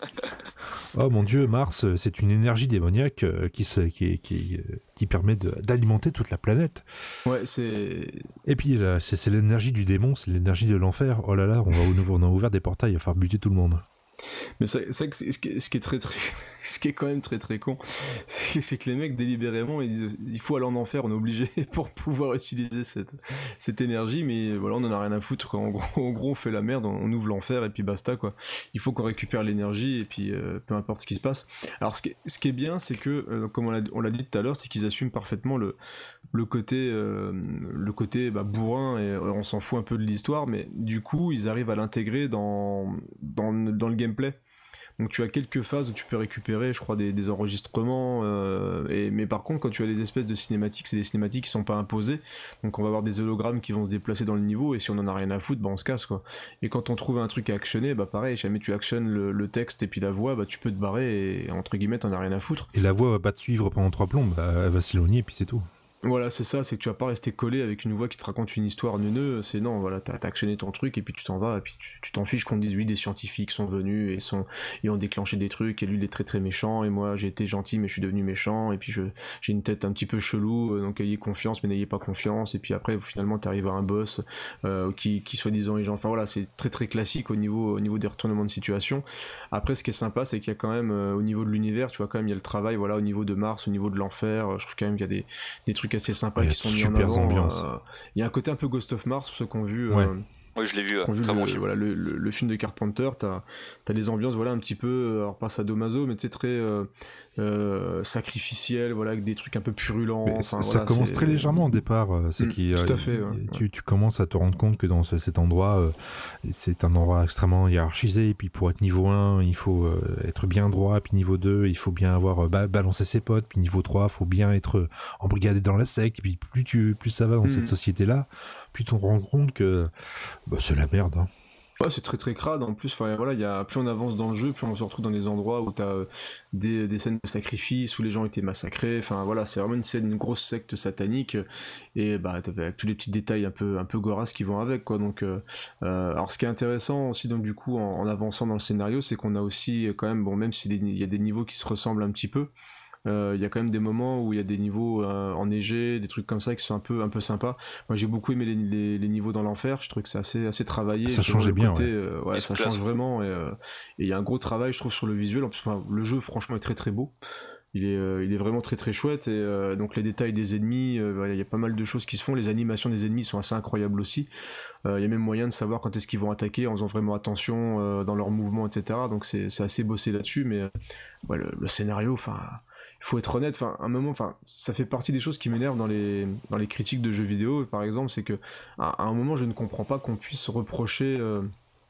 Oh mon dieu, Mars, c'est une énergie démoniaque qui, se, qui, qui, qui permet d'alimenter toute la planète. Ouais, c'est. Et puis là, c'est l'énergie du démon, c'est l'énergie de l'enfer. Oh là là, on, va au, on a ouvert des portails, il va falloir buter tout le monde. Mais c'est ça que ce qui est, ce qui est très très ce qui est quand même très très con, c'est que les mecs délibérément ils disent il faut aller en enfer, on est obligé pour pouvoir utiliser cette cette énergie, mais voilà, on en a rien à foutre quoi. En gros, en gros on fait la merde, on ouvre l'enfer et puis basta quoi. Il faut qu'on récupère l'énergie et puis euh, peu importe ce qui se passe. Alors ce qui est, ce qui est bien, c'est que euh, comme on l'a on l'a dit tout à l'heure, c'est qu'ils assument parfaitement le le côté euh, le côté bah, bourrin, et on s'en fout un peu de l'histoire, mais du coup ils arrivent à l'intégrer dans dans dans le gameplay. Donc tu as quelques phases où tu peux récupérer, je crois, des, des enregistrements, euh, et, mais par contre quand tu as des espèces de cinématiques, c'est des cinématiques qui sont pas imposées, donc on va avoir des hologrammes qui vont se déplacer dans le niveau, et si on en a rien à foutre, bah on se casse quoi. Et quand on trouve un truc à actionner, bah pareil, si jamais tu actionnes le, le texte et puis la voix, bah tu peux te barrer et entre guillemets t'en as rien à foutre. Et la voix va pas te suivre pendant trois plombes, bah, elle va s'éloigner et puis c'est tout. Voilà, c'est ça, c'est que tu vas pas rester collé avec une voix qui te raconte une histoire neuneu, c'est non, voilà, t'as actionné ton truc et puis tu t'en vas, et puis tu t'en fiches qu'on te dise oui, des scientifiques sont venus et sont et ont déclenché des trucs, et lui il est très très méchant, et moi j'ai été gentil mais je suis devenu méchant, et puis je j'ai une tête un petit peu chelou, donc ayez confiance mais n'ayez pas confiance, et puis après finalement t'arrives à un boss euh, qui, qui soi-disant est gentil, enfin voilà, c'est très très classique au niveau, au niveau des retournements de situation. Après ce qui est sympa, c'est qu'il y a quand même, euh, au niveau de l'univers, tu vois quand même il y a le travail, voilà, au niveau de Mars, au niveau de l'enfer, je trouve quand même qu'il y a des, des trucs assez sympas qui sont mis en avant. Ambiance. Euh, il y a un côté un peu Ghost of Mars pour ceux qui ont vu. Ouais. Euh, Oui, je l'ai vu, vu très le, bon film. Voilà, le, le, le film de Carpenter, t'as as les ambiances, voilà, un petit peu, alors pas sadomaso, mais tu sais, très euh, euh, sacrificiel, voilà, avec des trucs un peu purulents. Enfin, ça voilà, commence très légèrement au départ. C'est mmh, qui, tout euh, à fait. Ouais, tu, ouais. tu commences à te rendre compte que dans ce, cet endroit, euh, c'est un endroit extrêmement hiérarchisé. Et puis pour être niveau un, il faut euh, être bien droit. Puis niveau deux, il faut bien avoir euh, balancé ses potes. Puis niveau trois, il faut bien être embrigadé dans la secte. Et puis plus, tu, plus ça va dans mmh. cette société-là, plus tu te rends compte que bah, c'est la merde. Hein. Ouais, c'est très très crade en plus. Enfin voilà, il y a plus on avance dans le jeu, plus on se retrouve dans des endroits où t'as euh, des, des scènes de sacrifice où les gens étaient massacrés. Enfin voilà, c'est vraiment une scène, une grosse secte satanique, et bah avec tous les petits détails un peu un peu gorasses qui vont avec quoi. Donc euh, euh, alors ce qui est intéressant aussi donc du coup en, en avançant dans le scénario, c'est qu'on a aussi quand même bon même s'il y a des niveaux qui se ressemblent un petit peu. Il euh, y a quand même des moments où il y a des niveaux euh, enneigés, des trucs comme ça qui sont un peu un peu sympas. Moi j'ai beaucoup aimé les, les, les niveaux dans l'enfer, je trouve que c'est assez assez travaillé. Ça changeait bien, côté, ouais. Euh, ouais ça change vraiment, et il euh, y a un gros travail je trouve sur le visuel. En plus enfin, le jeu franchement est très très beau. Il est, euh, il est vraiment très très chouette, et euh, donc les détails des ennemis, il euh, y a pas mal de choses qui se font, les animations des ennemis sont assez incroyables aussi. Il euh, y a même moyen de savoir quand est-ce qu'ils vont attaquer en faisant vraiment attention euh, dans leurs mouvements, et cetera. Donc c'est assez bossé là-dessus, mais euh, ouais, le, le scénario, enfin... faut être honnête, enfin, un moment, enfin, ça fait partie des choses qui m'énervent dans les, dans les critiques de jeux vidéo, par exemple, c'est que, à, à un moment, je ne comprends pas qu'on puisse reprocher euh,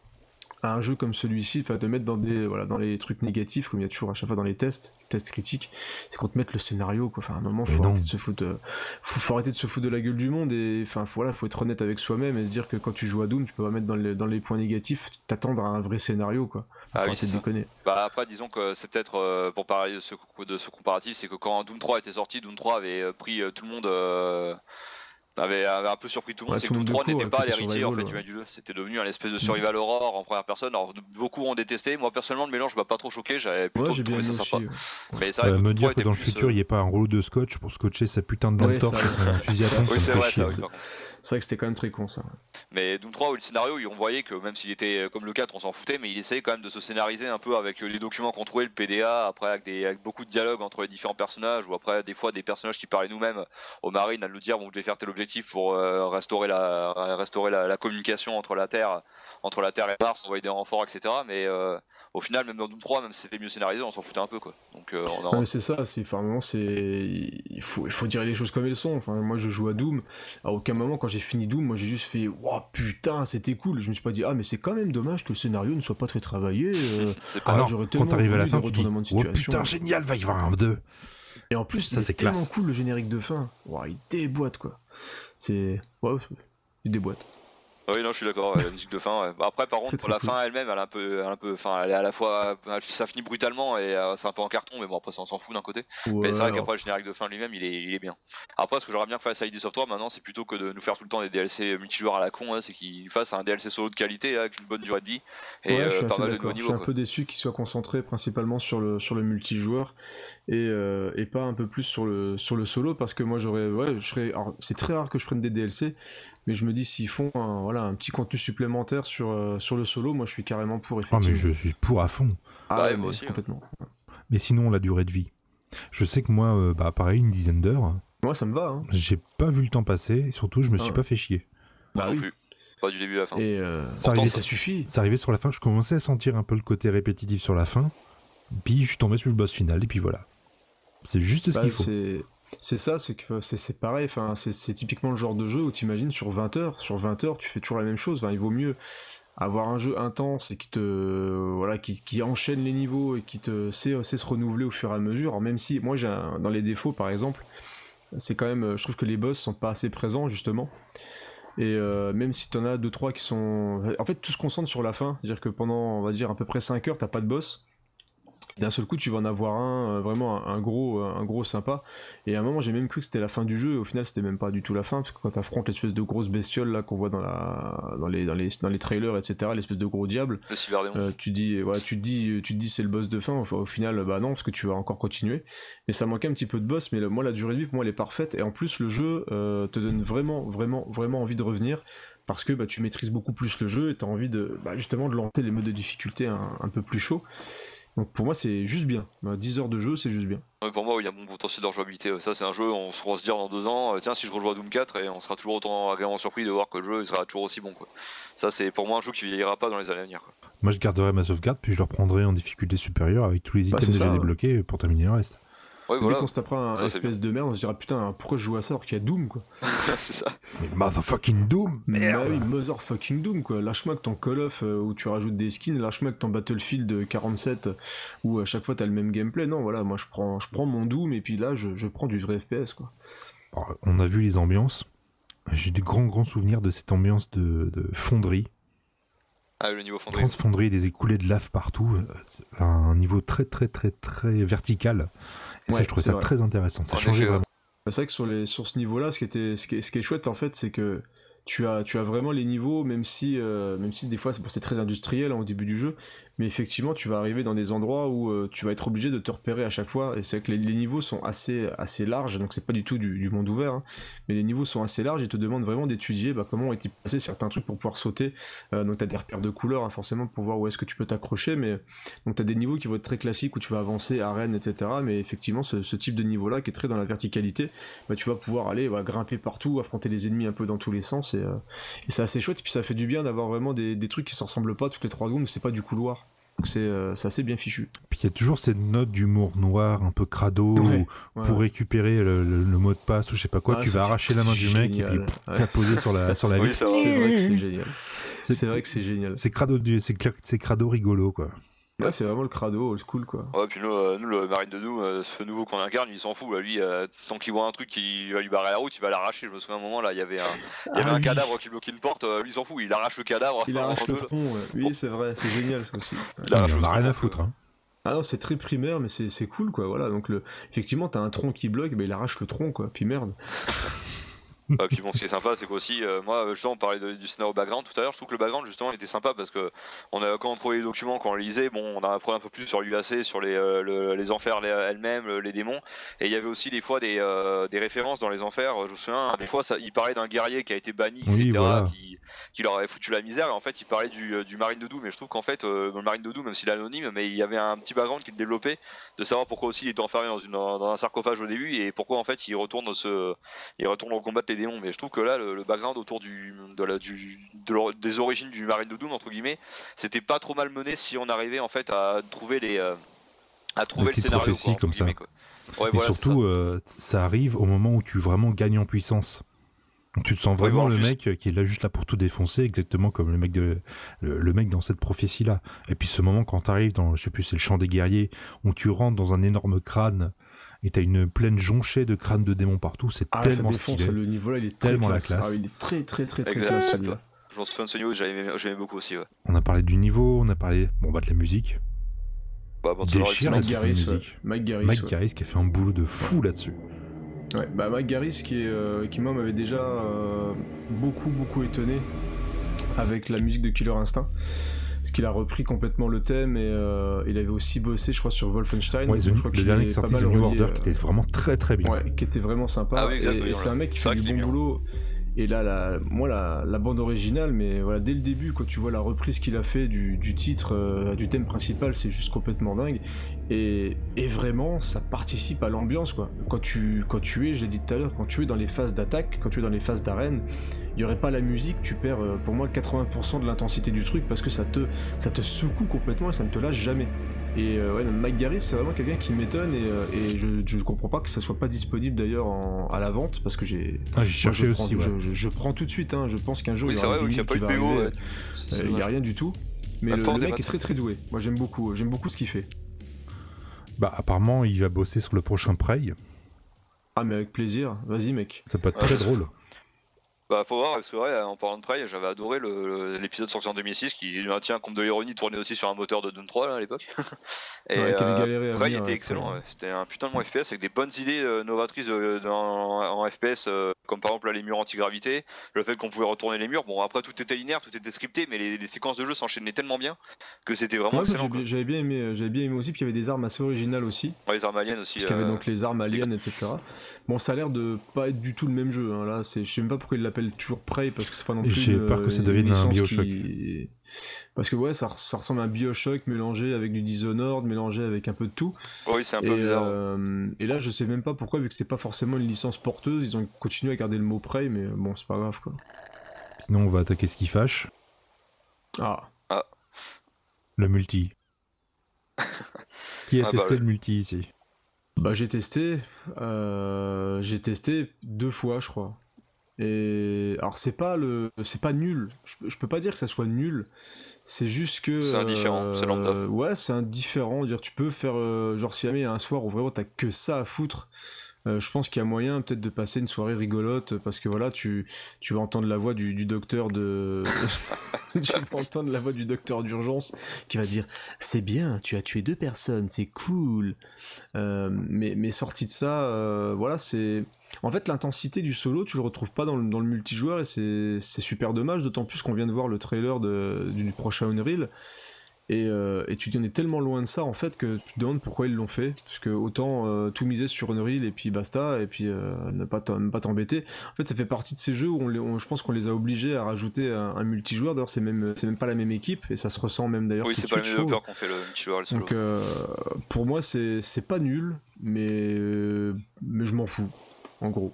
à un jeu comme celui-ci, enfin, de mettre dans des, voilà, dans les trucs négatifs, comme il y a toujours à chaque fois dans les tests, tests critiques, c'est qu'on te mette le scénario, quoi. Enfin, à un moment, faut arrêter de se foutre, de, faut, faut arrêter de se foutre de la gueule du monde, et, enfin, faut, voilà, faut être honnête avec soi-même et se dire que quand tu joues à Doom, tu peux pas mettre dans les, dans les points négatifs, t'attendre à un vrai scénario, quoi. Ah oui, c'est ça. Bah après, disons que c'est peut-être, euh, pour parler de ce, de ce comparatif, c'est que quand Doom trois était sorti, Doom trois avait pris euh, tout le monde, euh, avait, avait un peu surpris tout le monde, ouais, c'est que Doom trois n'était pas l'héritier en fait du, du jeu, c'était devenu un espèce de survival horror en première personne, alors beaucoup ont détesté, moi personnellement le mélange m'a pas trop choqué, j'avais plutôt ouais, trouvé ça sympa. Aussi, ouais. Mais c'est vrai euh, que me dire que dans le futur il n'y ait pas un rouleau de scotch pour scotcher sa putain de lampe ouais, torche sur son fusil à pompe, oui, ça me fait vrai, chier. Ça, oui, c'est vrai que c'était quand même très con ça. Mais Doom trois, où le scénario, on voyait que même s'il était comme le quatre, on s'en foutait, mais il essayait quand même de se scénariser un peu avec les documents qu'on trouvait, le P D A, après avec, des, avec beaucoup de dialogues entre les différents personnages, ou après des fois des personnages qui parlaient nous-mêmes aux marines à nous dire bon, vous devez faire tel objectif pour euh, restaurer, la, restaurer la, la communication entre la Terre, entre la Terre et Mars, envoyer des renforts, et cetera. Mais euh, au final, même dans Doom trois, même si c'était mieux scénarisé, on s'en foutait un peu quoi. Donc, euh, on a... ouais, c'est ça, c'est, enfin, moment, c'est... Il, faut, il faut dire les choses comme elles sont. Enfin, moi je joue à Doom, à aucun moment quand j'ai fini Doom, moi j'ai juste fait wow, putain, c'était cool. Je me suis pas dit ah mais c'est quand même dommage que le scénario ne soit pas très travaillé. Euh, c'est pas ah non, quand t'arrives à la fin, tu dis oh putain génial, va y avoir un deux. Et en plus, ça c'est tellement classe. Cool le générique de fin. Wow, il déboîte quoi. C'est ouais, il déboîte. Oui, non, je suis d'accord, la musique de fin. Ouais. Après, par contre, pour la cool. fin elle-même, elle est un peu, elle est un peu, enfin, elle est à la fois, ça finit brutalement et euh, c'est un peu en carton, mais bon, après, ça on s'en fout d'un côté. Ouais, mais c'est vrai qu'après, le générique de fin lui-même, il est, il est bien. Après, ce que j'aimerais bien que fasse I D Software maintenant, c'est plutôt que de nous faire tout le temps des D L C multijoueurs à la con, hein, c'est qu'il fasse un D L C solo de qualité là, avec une bonne durée de vie et ouais, euh, pas mal de nouveaux niveaux. Je suis un quoi. peu déçu qu'il soit concentré principalement sur le, sur le multijoueur et, euh, et pas un peu plus sur le, sur le solo, parce que moi, j'aurais, ouais, je serais, alors, c'est très rare que je prenne des D L C. Mais je me dis, s'ils font un, voilà, un petit contenu supplémentaire sur, euh, sur le solo, moi je suis carrément pour. Ah, mais je suis pour à fond. Ah, ouais, ouais, moi aussi. Complètement. Hein. Mais sinon, la durée de vie. Je sais que moi, euh, bah, pareil, une dizaine d'heures. Moi, ça me va. Hein. J'ai pas vu le temps passer et surtout, je me ah, suis ouais. pas fait chier. Bah non oui. plus. Pas du début à la fin. Et euh, ça, pourtant, arrivait, ça suffit. Ça arrivait sur la fin, je commençais à sentir un peu le côté répétitif sur la fin. Puis je suis tombé sur le boss final et puis voilà. C'est juste bah, ce qu'il faut. C'est... C'est ça, c'est que c'est, c'est pareil, enfin, c'est, c'est typiquement le genre de jeu où t'imagines sur vingt heures, sur vingt heures, tu fais toujours la même chose. Enfin, il vaut mieux avoir un jeu intense et qui te, voilà, qui, qui enchaîne les niveaux et qui te sait, sait se renouveler au fur et à mesure. Alors, même si, moi, j'ai un, dans les défauts, par exemple, c'est quand même, je trouve que les boss sont pas assez présents, justement. Et euh, même si t'en as deux trois qui sont, en fait, tout se concentre sur la fin, c'est-à-dire que pendant, on va dire, à peu près cinq heures, t'as pas de boss. D'un seul coup, tu vas en avoir un, euh, vraiment un, un gros, un gros sympa. Et à un moment, j'ai même cru que c'était la fin du jeu. Et au final, c'était même pas du tout la fin, parce que quand t'affrontes l'espèce de grosse bestiole là qu'on voit dans la, dans les, dans les, dans les trailers, et cetera, l'espèce de gros diable. Le Cyberdémon. Euh, tu dis, voilà, tu te dis, tu te dis, c'est le boss de fin. Enfin, au final, bah non, parce que tu vas encore continuer. Mais ça manquait un petit peu de boss. Mais le, moi, la durée de vie, pour moi, elle est parfaite. Et en plus, le jeu euh, te donne vraiment, vraiment, vraiment envie de revenir. Parce que bah, tu maîtrises beaucoup plus le jeu et t'as envie de, bah, justement, de lancer les modes de difficulté un, un peu plus chauds. Donc pour moi c'est juste bien, dix heures de jeu c'est juste bien. Ouais, pour moi il y a bon potentiel de rejouabilité, ça c'est un jeu, on se se dire dans deux ans, tiens si je rejoue à Doom quatre et on sera toujours autant agréablement surpris de voir que le jeu il sera toujours aussi bon quoi. Ça c'est pour moi un jeu qui vieillira pas dans les années à venir quoi. Moi je garderai ma sauvegarde puis je le reprendrai en difficulté supérieure avec tous les items bah, déjà ça, débloqués ouais. pour terminer le reste. Ouais, voilà. Dès qu'on se tapera un ça, espèce de merde, on se dira putain pourquoi je joue à ça alors qu'il y a Doom quoi. C'est ça. Mais motherfucking Doom, merde. Bah oui, motherfucking Doom quoi. Lâche-moi que ton Call of euh, où tu rajoutes des skins, lâche-moi que ton Battlefield quarante-sept où à chaque fois t'as le même gameplay. Non voilà, moi je prends, je prends mon Doom et puis là je, je prends du vrai F P S quoi. Alors, on a vu les ambiances. J'ai des grands grands souvenirs de cette ambiance de, de fonderie. Ah, le niveau fonderie. Grande fonderie et des écoulées de lave partout, à un niveau très très très très vertical. Et ouais, ça, je trouvais ça vrai. Très intéressant. Ça en changeait effet, vraiment. C'est vrai que sur, les, sur ce niveau-là, ce qui, était, ce, qui est, ce qui est chouette en fait, c'est que tu as, tu as vraiment les niveaux, même si, euh, même si des fois c'est, c'est très industriel hein, au début du jeu, mais effectivement tu vas arriver dans des endroits où euh, tu vas être obligé de te repérer à chaque fois, et c'est vrai que les, les niveaux sont assez, assez larges, donc c'est pas du tout du, du monde ouvert, hein, mais les niveaux sont assez larges et te demandent vraiment d'étudier bah, comment ont été passés certains trucs pour pouvoir sauter, euh, donc t'as des repères de couleurs hein, forcément pour voir où est-ce que tu peux t'accrocher, mais donc t'as des niveaux qui vont être très classiques où tu vas avancer, arène, et cetera, mais effectivement ce, ce type de niveau-là qui est très dans la verticalité, bah, tu vas pouvoir aller bah, grimper partout, affronter les ennemis un peu dans tous les sens, et, euh, et c'est assez chouette, et puis ça fait du bien d'avoir vraiment des, des trucs qui se ressemblent pas toutes les trois secondes, c'est pas du couloir. Donc c'est, euh, c'est assez bien fichu. Puis il y a toujours cette note d'humour noir, un peu crado, ouais, où ouais, pour ouais. récupérer le, le, le mot de passe ou je sais pas quoi, Ah, tu vas c'est, arracher la main du mec génial. et puis ouais. t'as posé sur la, sur la Oui, vitre. c'est vrai. C'est vrai que c'est génial. C'est, C'est vrai que c'est génial. C'est crado, du- c'est, cla- c'est crado rigolo, quoi. Ouais, c'est vraiment le crado old school, quoi. Ouais, puis nous, euh, nous le Marine de Doom, euh, ce nouveau qu'on incarne, il s'en fout. Là, lui, euh, tant qu'il voit un truc qui va lui barrer la route, il va l'arracher. Je me souviens un moment, là, il y avait un, il y avait Ah, un oui. cadavre qui bloquait une porte. euh, lui, il s'en fout, il arrache le cadavre. Il en arrache le deux, là. tronc, ouais. Oui, c'est vrai, c'est génial ça aussi. Ouais. Il arrache Il en le a rien tronc, à foutre, hein. Ah non, c'est très primaire, mais c'est, c'est cool, quoi. Voilà, donc le... effectivement, t'as un tronc qui bloque, bah, il arrache le tronc, quoi. Puis merde. Et puis bon, ce qui est sympa, c'est qu'aussi, euh, moi, justement, on parlait de- du scénario background tout à l'heure. Je trouve que le background, justement, il était sympa parce que on a, quand on trouvait les documents, quand on les lisait, bon, on a appris un peu plus sur l'U A C, sur les, euh, le- les enfers les- elles-mêmes, le- les démons. Et il y avait aussi des fois des, euh, des références dans les enfers. Je me souviens, des fois, ça, il parlait d'un guerrier qui a été banni, Oui, et cetera, voilà. qui, qui leur avait foutu la misère. Et en fait, il parlait du, euh, du Marine de Doom. Et je trouve qu'en fait, euh, le Marine de Doom, même s'il est anonyme, mais il y avait un petit background qui le développait, de savoir pourquoi aussi il était enfermé dans, une, dans un sarcophage au début et pourquoi en fait il retourne se, il retourne combattre les démons. Mais je trouve que là, le, le background autour du, de la, du, de leur- des origines du Marine de Doom entre guillemets, c'était pas trop mal mené si on arrivait en fait à trouver les, euh, à trouver Des le petites scénario. prophéties Quoi, entre comme ça. guillemets, quoi. Ouais, Et voilà, c'est surtout, euh, ça arrive au moment où tu vraiment gagnes en puissance. Donc tu te sens vraiment Oui, le bon, en mec qui est là juste là pour tout défoncer, exactement comme le mec de le, le mec dans cette prophétie là. Et puis ce moment quand t'arrives dans, je sais plus, c'est le champ des guerriers, où tu rentres dans un énorme crâne et t'as une plaine jonchée de crânes de démons partout, c'est Ah, ça tellement défonce, stylé. le niveau là, il est très Tellement la classe. classe. Ah, il est très très très très Exact. classe celui-là. Je m'en souviens de ce niveau, j'aimais, j'aimais beaucoup aussi. Ouais. On a parlé du niveau, on a parlé bon bah de la musique. Bah, bon, ça aurait Déchire été- la Mike Garris, ouais. musique. Mike Garris, Mike ouais. Garris qui a fait un boulot de fou là-dessus. Ouais, bah Mike Garris qui, est, euh, qui moi m'avait déjà euh, beaucoup beaucoup étonné avec la musique de Killer Instinct. Parce qu'il a repris complètement le thème et euh, il avait aussi bossé, je crois, sur Wolfenstein. Ouais, je The- crois le qu'il dernier est qui est pas sorti, mal The New relié, Order, euh, qui était vraiment très très bien. Ouais, qui était vraiment sympa. Ah oui, exact, et oui, et on c'est l'a- un mec qui c'est fait vrai du qu'il est bon bien. boulot. Et là, la, moi, la, la bande originale, mais voilà, dès le début, quand tu vois la reprise qu'il a fait du, du titre, euh, du thème principal, c'est juste complètement dingue. Et, et vraiment, ça participe à l'ambiance, quoi. Quand tu, quand tu es, je l'ai dit tout à l'heure, quand tu es dans les phases d'attaque, quand tu es dans les phases d'arène, il n'y aurait pas la musique, tu perds, euh, pour moi, quatre-vingts pour cent de l'intensité du truc parce que ça te, ça te secoue complètement et ça ne te lâche jamais. Et euh, ouais, Mike Garris, c'est vraiment quelqu'un qui m'étonne et, euh, et je, je comprends pas que ça soit pas disponible d'ailleurs en- à la vente parce que j'ai. Ah, j'ai Moi, cherché je, aussi, prends, ouais. je, je- je prends tout de suite, hein. Je pense qu'un jour Oui, il y c'est aura vrai, un oui, qu'il n'y a vinyle pas eu qui de va B O. arriver. Ouais. C'est- c'est Euh, Il n'y a dommage. rien du tout. Mais Même le, pas en le mec démat. est très très doué. Moi j'aime beaucoup, j'aime beaucoup ce qu'il fait. Bah apparemment il va bosser sur le prochain Prey. Ah mais avec plaisir, vas-y mec. Ça peut être Ouais, très je- drôle. Bah faut voir, parce que ouais, en parlant de Prey, j'avais adoré le- le- l'épisode sorti en deux mille six qui tient comme de l'ironie tourné aussi sur un moteur de Doom trois là, à l'époque. Et Ouais, qui avait euh, galéré à Prey venir, était ouais, excellent, Prey. ouais. C'était un putain de bon F P S avec des bonnes idées euh, novatrices euh, dans- en F P S, euh, comme par exemple là, les murs anti-gravité, le fait qu'on pouvait retourner les murs. Bon après tout était linéaire, tout était scripté, mais les, les séquences de jeu s'enchaînaient tellement bien que c'était vraiment Ouais, excellent. j'avais, Quoi. j'avais bien aimé, euh, j'avais bien aimé aussi, puis il y avait des armes assez originales aussi. Ouais, les armes aliens aussi. Parce qu'il y avait euh, donc les armes aliens, et cetera. Bon, ça a l'air de pas être du tout le même jeu. Hein. Là, c'est, je sais même pas pourquoi ils l'appellent toujours Prey parce que c'est pas non plus. J'ai une, peur que ça une devienne un licence Bioshock. qui- Parce que ouais, ça, ça ressemble à un Bioshock mélangé avec du Dishonored, mélangé avec un peu de tout. Oui, c'est un peu Et, bizarre. euh, et là, je sais même pas pourquoi, vu que c'est pas forcément une licence porteuse, ils ont continué à garder le mot Prey, mais bon, c'est pas grave quoi. Sinon on va attaquer ce qui fâche. Ah. Le multi. Qui a Ah, testé bah, ouais. le multi ici? Bah j'ai testé, euh, j'ai testé deux fois je crois. Et alors c'est pas le, c'est pas nul. Je, je peux pas dire que ça soit nul. C'est juste que C'est indifférent, c'est lambda. Ouais, c'est indifférent. Dire tu peux faire euh, genre si jamais il y a un soir où vraiment t'as que ça à foutre. Euh, je pense qu'il y a moyen peut-être de passer une soirée rigolote parce que voilà tu tu vas entendre la voix du, du docteur de tu vas entendre la voix du docteur d'urgence qui va dire c'est bien tu as tué deux personnes c'est cool euh, mais mais sorti de ça euh, voilà c'est en fait l'intensité du solo tu le retrouves pas dans le, dans le multijoueur et c'est c'est super dommage d'autant plus qu'on vient de voir le trailer de, du prochain Unreal. Et, euh, et tu te dis on est tellement loin de ça en fait que tu te demandes pourquoi ils l'ont fait parce que autant euh, tout miser sur Unreal et puis basta et puis euh, ne pas t'en- ne pas t'embêter. En fait ça fait partie de ces jeux où on les, on- je pense qu'on les a obligés à rajouter un, un multijoueur. D'ailleurs c'est même c'est même pas la même équipe et ça se ressent même d'ailleurs Oui, tout c'est de pas les suite, je trouve. développeurs qui ont fait le multijoueur, le solo. Donc euh, pour moi c'est c'est pas nul mais euh, mais je m'en fous en gros.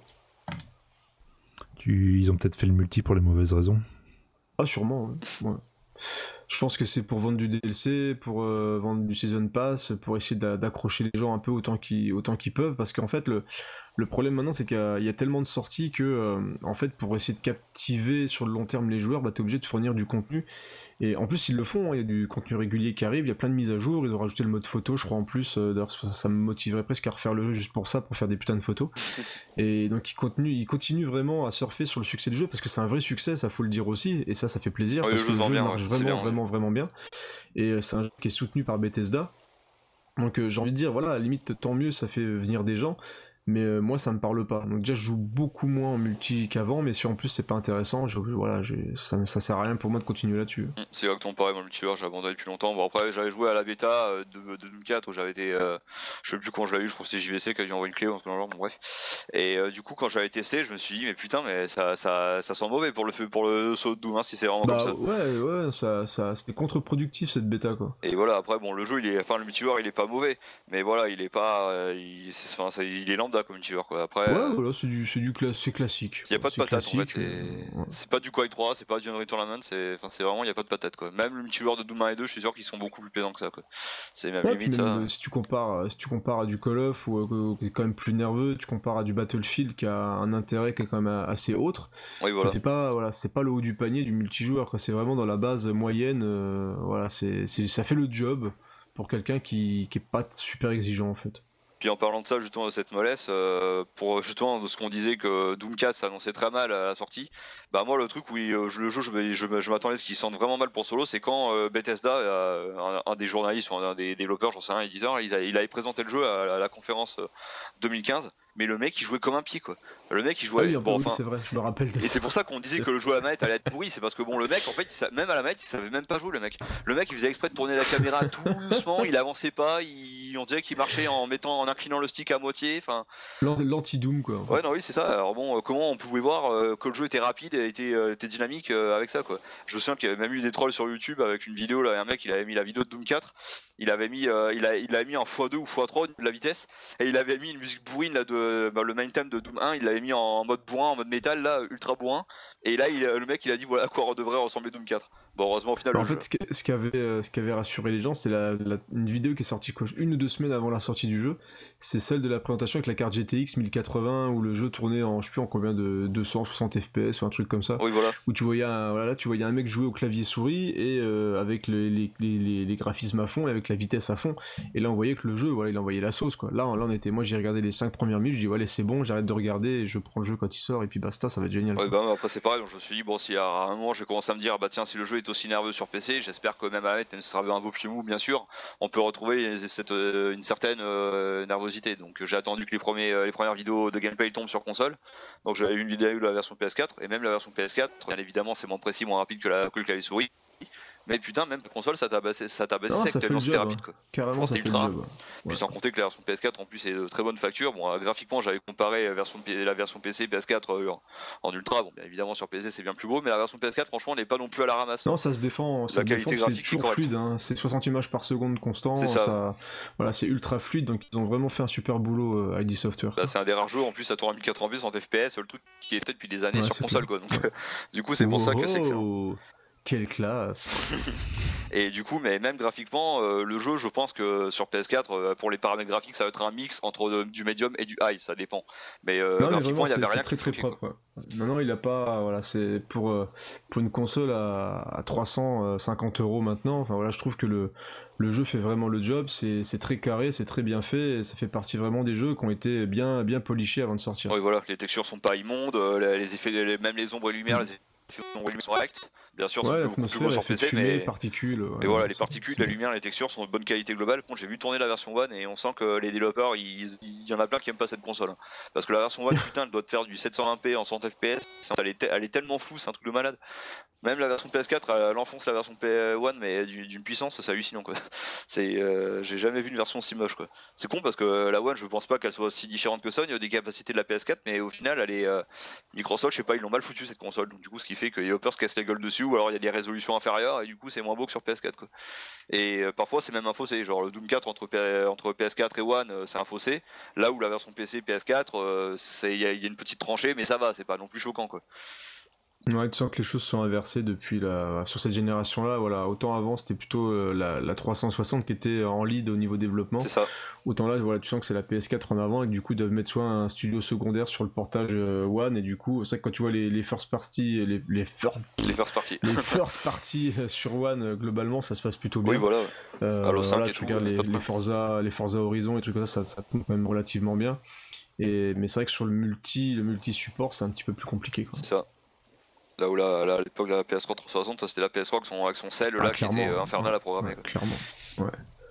Tu... Ils ont peut-être fait le multi pour les mauvaises raisons. Ah sûrement ouais. Ouais. Je pense que c'est pour vendre du D L C, pour euh, vendre du Season Pass, pour essayer d'a- d'accrocher les gens un peu autant qu'ils autant qu'ils peuvent, parce qu'en fait, le, le problème maintenant, c'est qu'il y a, il y a tellement de sorties que, euh, en fait, pour essayer de captiver sur le long terme les joueurs, bah, t'es obligé de fournir du contenu. Et en plus, ils le font, hein, il y a du contenu régulier qui arrive, il y a plein de mises à jour, ils ont rajouté le mode photo, je crois, en plus, euh, d'ailleurs, ça, ça me motiverait presque à refaire le jeu juste pour ça, pour faire des putains de photos. Et donc, ils continuent, ils continuent vraiment à surfer sur le succès du jeu, parce que c'est un vrai succès, ça faut le dire aussi, et ça, ça fait plaisir, Ouais, parce le que jeu le vend jeu bien, marche ouais, c'est vraiment, bien, ouais. vraiment, vraiment bien. Et euh, c'est un jeu qui est soutenu par Bethesda. Donc euh, j'ai envie de dire, voilà, à la limite, tant mieux, ça fait venir des gens, mais euh, moi ça me parle pas. Donc déjà je joue beaucoup moins en multi qu'avant, mais si en plus c'est pas intéressant, je, voilà, j'ai- ça, ça sert à rien pour moi de continuer là-dessus. Mm, C'est exactement pareil, moi le multijoueur j'ai abandonné depuis longtemps. Bon après j'avais joué à la bêta euh, de, de Doom quatre où j'avais été, euh, je sais plus quand je l'avais eu, je crois que c'était J V C qui a dû envoyer une clé ou un truc dans le genre, bon bref. Et euh, du coup quand j'avais testé, je me suis dit mais putain mais ça, ça, ça sent mauvais pour le feu- pour le saut de Doom hein, si c'est vraiment Bah comme ça. ouais, ouais, ça, ça, c'était contre-productif cette bêta quoi. Et voilà après bon le jeu il est, enfin le multijoueur il est pas mauvais, mais voilà il est pas, euh, il, c'est- enfin, ça- il est lambda comme multijoueur quoi. Après. Ouais, euh, voilà, c'est du, c'est du cla- c'est classique. Il y a quoi. pas de C'est patate en fait, classique, c'est euh, ouais. c'est pas du Quake trois, c'est pas du Unreal Tournament, c'est enfin c'est vraiment il y a pas de patate quoi. Même le multijoueur de Doom un et deux, je suis sûr qu'ils sont beaucoup plus plaisants que ça quoi. C'est même Ouais, puis limite même ça. euh, si tu compares, euh, si tu compares à du Call of ou euh, qui est quand même plus nerveux, tu compares à du Battlefield qui a un intérêt qui est quand même a- assez autre. Oui Ça voilà. fait pas, voilà, c'est pas le haut du panier du multijoueur, quoi. C'est vraiment dans la base moyenne. euh, voilà, c'est, c'est, ça fait le job pour quelqu'un qui, qui est pas super exigeant en fait. Puis en parlant de ça, justement, de cette mollesse, euh, pour justement de ce qu'on disait que Doom quatre s'annonçait très mal à la sortie, bah moi le truc où il, euh, je, le jeu, je, je, je m'attendais à ce qu'il sente vraiment mal pour Solo, c'est quand euh, Bethesda, euh, un, un des journalistes ou un des développeurs, j'en sais rien, éditeur, il, a, il avait présenté le jeu à, à la conférence euh, deux mille quinze, mais le mec il jouait comme un pied quoi. Le mec il jouait. Ah oui, un peu, bon, oui, enfin, c'est vrai, je me rappelle de et ça. c'est pour ça qu'on disait C'est- que le jeu à la manette allait être pourri, c'est parce que bon le mec en fait il sa- même à la manette il savait même pas jouer le mec. Le mec il faisait exprès de tourner la caméra tout doucement, il avançait pas, il... on dirait qu'il marchait en mettant en inclinant le stick à moitié, enfin L'an- L'anti-Doom quoi. en fait. ouais non oui c'est ça. Alors bon euh, comment on pouvait voir euh, que le jeu était rapide et était, euh, était dynamique euh, avec ça quoi. Je me souviens qu'il y avait même eu des trolls sur YouTube avec une vidéo là, un mec il avait mis la vidéo de Doom quatre, il avait mis euh, il, a, il avait mis en fois deux ou fois trois la vitesse et il avait mis une musique bourrine là de bah, le main theme de Doom un, il l'avait mis en mode bourrin, en mode métal là ultra bourrin et là il, le mec il a dit voilà à quoi devrait ressembler Doom quatre. Bon heureusement au final Bah, le en jeu. fait, ce qui, ce qui avait, euh, ce qui avait rassuré les gens, c'est la, la- une vidéo qui est sortie quoi, une ou deux semaines avant la sortie du jeu. C'est celle de la présentation avec la carte G T X mille quatre-vingts où le jeu tournait en, je sais plus en combien de deux cent soixante F P S ou un truc comme ça. Oui voilà. Où tu voyais un, voilà, là, tu voyais un mec jouer au clavier souris et euh, avec les, les, les, les graphismes à fond et avec la vitesse à fond. Et là, on voyait que le jeu, voilà, il envoyait la sauce quoi. Là, là on était, moi j'ai regardé les cinq premières minutes, je dis voilà, c'est bon, j'arrête de regarder et je prends le jeu quand il sort et puis basta, ça va être génial. Ouais, quoi. bah, après c'est pareil, donc je me suis dit bon si à un moment j'ai commencé à me dire bah tiens si le jeu est aussi nerveux sur P C, j'espère que même à la manette, même si ça sera un beau pied mou bien sûr, on peut retrouver cette, euh, une certaine euh, nervosité. Donc j'ai attendu que les, premiers, euh, les premières vidéos de gameplay tombent sur console, donc j'avais eu une vidéo de la version P S quatre, et même la version P S quatre, bien évidemment c'est moins précis, moins rapide que, la, que le clavier souris, mais putain même la console ça t'a baissé, ça t'a baissé Non, sec ça fait tellement le c'était job, rapide hein. quoi. Carrément, Je ça pense fait que le c'était job. ouais. Puis Ouais. sans compter que la version P S quatre en plus est de très bonne facture. Bon, euh, graphiquement, j'avais comparé la version, P- la version P C P S quatre euh, en, en ultra. Bon, bien évidemment sur P C c'est bien plus beau, mais la version P S quatre, franchement, elle n'est pas non plus à la ramasse. Non, ça se défend, ça La se qualité défend, c'est graphique est toujours correcte. fluide, hein. C'est soixante images par seconde constant, C'est ça. ça. Voilà, c'est ultra fluide, donc ils ont vraiment fait un super boulot euh, I D Software. Bah, quoi. c'est un des rares jeux en plus ça tourne à mille quatre-vingts p cent F P S, le truc qui est peut-être depuis des années Ouais, sur c'est console clair. quoi. Donc, du coup, c'est pour ça que c'est excellent. Oh, quelle classe. Et du coup, mais même graphiquement, euh, le jeu, je pense que sur P S quatre, euh, pour les paramètres graphiques, ça va être un mix entre euh, du medium et du high, ça dépend. Mais, euh, Non, mais graphiquement, vraiment, il y c'est avait rien c'est très qui très choquait, propre. quoi. quoi. Non, non, il a pas. Voilà, c'est pour, euh, pour une console à, à trois cent cinquante euros maintenant. Enfin voilà, je trouve que le, le jeu fait vraiment le job. C'est c'est très carré, c'est très bien fait. Et ça fait partie vraiment des jeux qui ont été bien, bien polichés avant de sortir. Oui, voilà, les textures sont pas immondes, euh, les, les effets, les- même les ombres et lumières, les effets d'ombre et lumière sont corrects. Bien sûr, Ouais, c'est beaucoup plus beau l'atmosphère, sur effet P C, de fumée, mais. particules. ouais, Et voilà, les c'est- particules, c'est la bon. lumière, les textures sont de bonne qualité globale. Par contre, j'ai vu tourner la version One et on sent que les développeurs, il y en a plein qui aiment pas cette console. hein. Parce que la version One, putain, elle doit te faire du sept cent vingt p en cent F P S. Elle est, te- elle est tellement fou, c'est un truc de malade. Même la version P S quatre, elle enfonce la version P S un, mais du- d'une puissance, c'est hallucinant quoi. C'est, euh, j'ai jamais vu une version si moche quoi. C'est con parce que la One, je pense pas qu'elle soit si différente que ça au niveau des capacités de la P S quatre, mais au final, elle est euh, Microsoft, je sais pas, ils l'ont mal foutu cette console. Donc du coup, ce qui fait que les développeurs se cassent la gueule dessus, ou alors il y a des résolutions inférieures et du coup, c'est moins beau que sur P S quatre quoi. Et euh, parfois, c'est même un fossé. Genre le Doom quatre entre, P- entre P S quatre et One, euh, c'est un fossé. Là où la version P C P S quatre, euh, c'est il y, a- il y a une petite tranchée, mais ça va, c'est pas non plus choquant quoi. Ouais, tu sens que les choses sont inversées depuis la... sur cette génération-là. Voilà, autant avant c'était plutôt euh, la, la trois cent soixante qui était en lead au niveau développement. C'est ça. Autant là, voilà, tu sens que c'est la P S quatre en avant et que du coup ils doivent mettre soit un studio secondaire sur le portage euh, One et du coup, c'est vrai que quand tu vois les, les first party, les, les, fir... les first party, les first party sur One, euh, globalement ça se passe plutôt bien. Oui, voilà. Euh, Halo cinq voilà, et tu tout, regardes euh, les, les Forza, les Forza Horizon et trucs comme ça, ça, ça tourne quand même relativement bien. Et mais c'est vrai que sur le multi, le multi support, c'est un petit peu plus compliqué, quoi. C'est ça. Là où là, là, à l'époque de la P S trois trois cent soixante, c'était la P S trois avec son, avec son sel Ah, là qui était euh, ouais, infernal ouais, à programmer. ouais, Quoi. clairement. Ouais.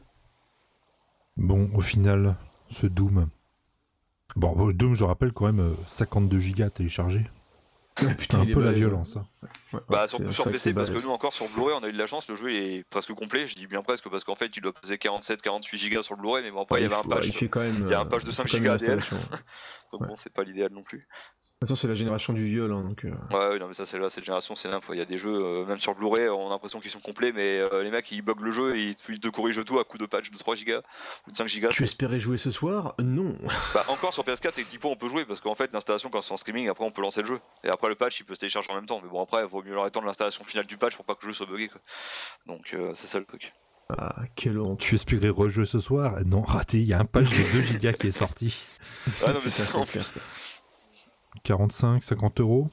Bon, au final, ce Doom. Bon, bon, Doom, je rappelle quand même euh, cinquante-deux gigas téléchargés. Ouais, c'est putain, un il est peu la balèze, violence. Hein. Ouais, Bah ouais, surtout c'est- sur c'est vrai P que C c'est parce que balèze. nous encore sur Blu-ray on a eu de la chance, le jeu est presque complet, je dis bien presque parce qu'en fait il doit peser quarante-sept quarante-huit gigas sur le Blu-ray mais bon après Ouais, il y avait un faut- ouais, patch, il fait quand même, il y a un euh, patch de il cinq fait quand même gigas une A D L, installation. donc Ouais. bon c'est pas l'idéal non plus. De toute façon, c'est la génération du viol, hein, donc. euh, Ouais, ouais non mais ça c'est là, cette génération c'est n'importe, il y a des jeux, euh, même sur Blu-ray on a l'impression qu'ils sont complets mais euh, les mecs ils bug le jeu et ils, ils te corrigent tout à coup de patch de trois gigas ou de cinq gigas. Tu c'est- espérais jouer ce soir? Non. Bah encore sur P S quatre techniquement on peut jouer parce qu'en fait l'installation quand c'est en streaming après on peut lancer le jeu et après le patch il peut se télécharger en même temps mais bon après il vaut mieux leur attendre l'installation finale du patch pour pas que le jeu soit bugué quoi. Donc euh, c'est ça le truc. Ah, quelle honte. Tu espérais rejouer ce soir? Non, raté, il y a un patch de deux gigas qui est sorti. Ah non mais Putain, c'est c'est en clair. plus. quarante-cinq, cinquante euros.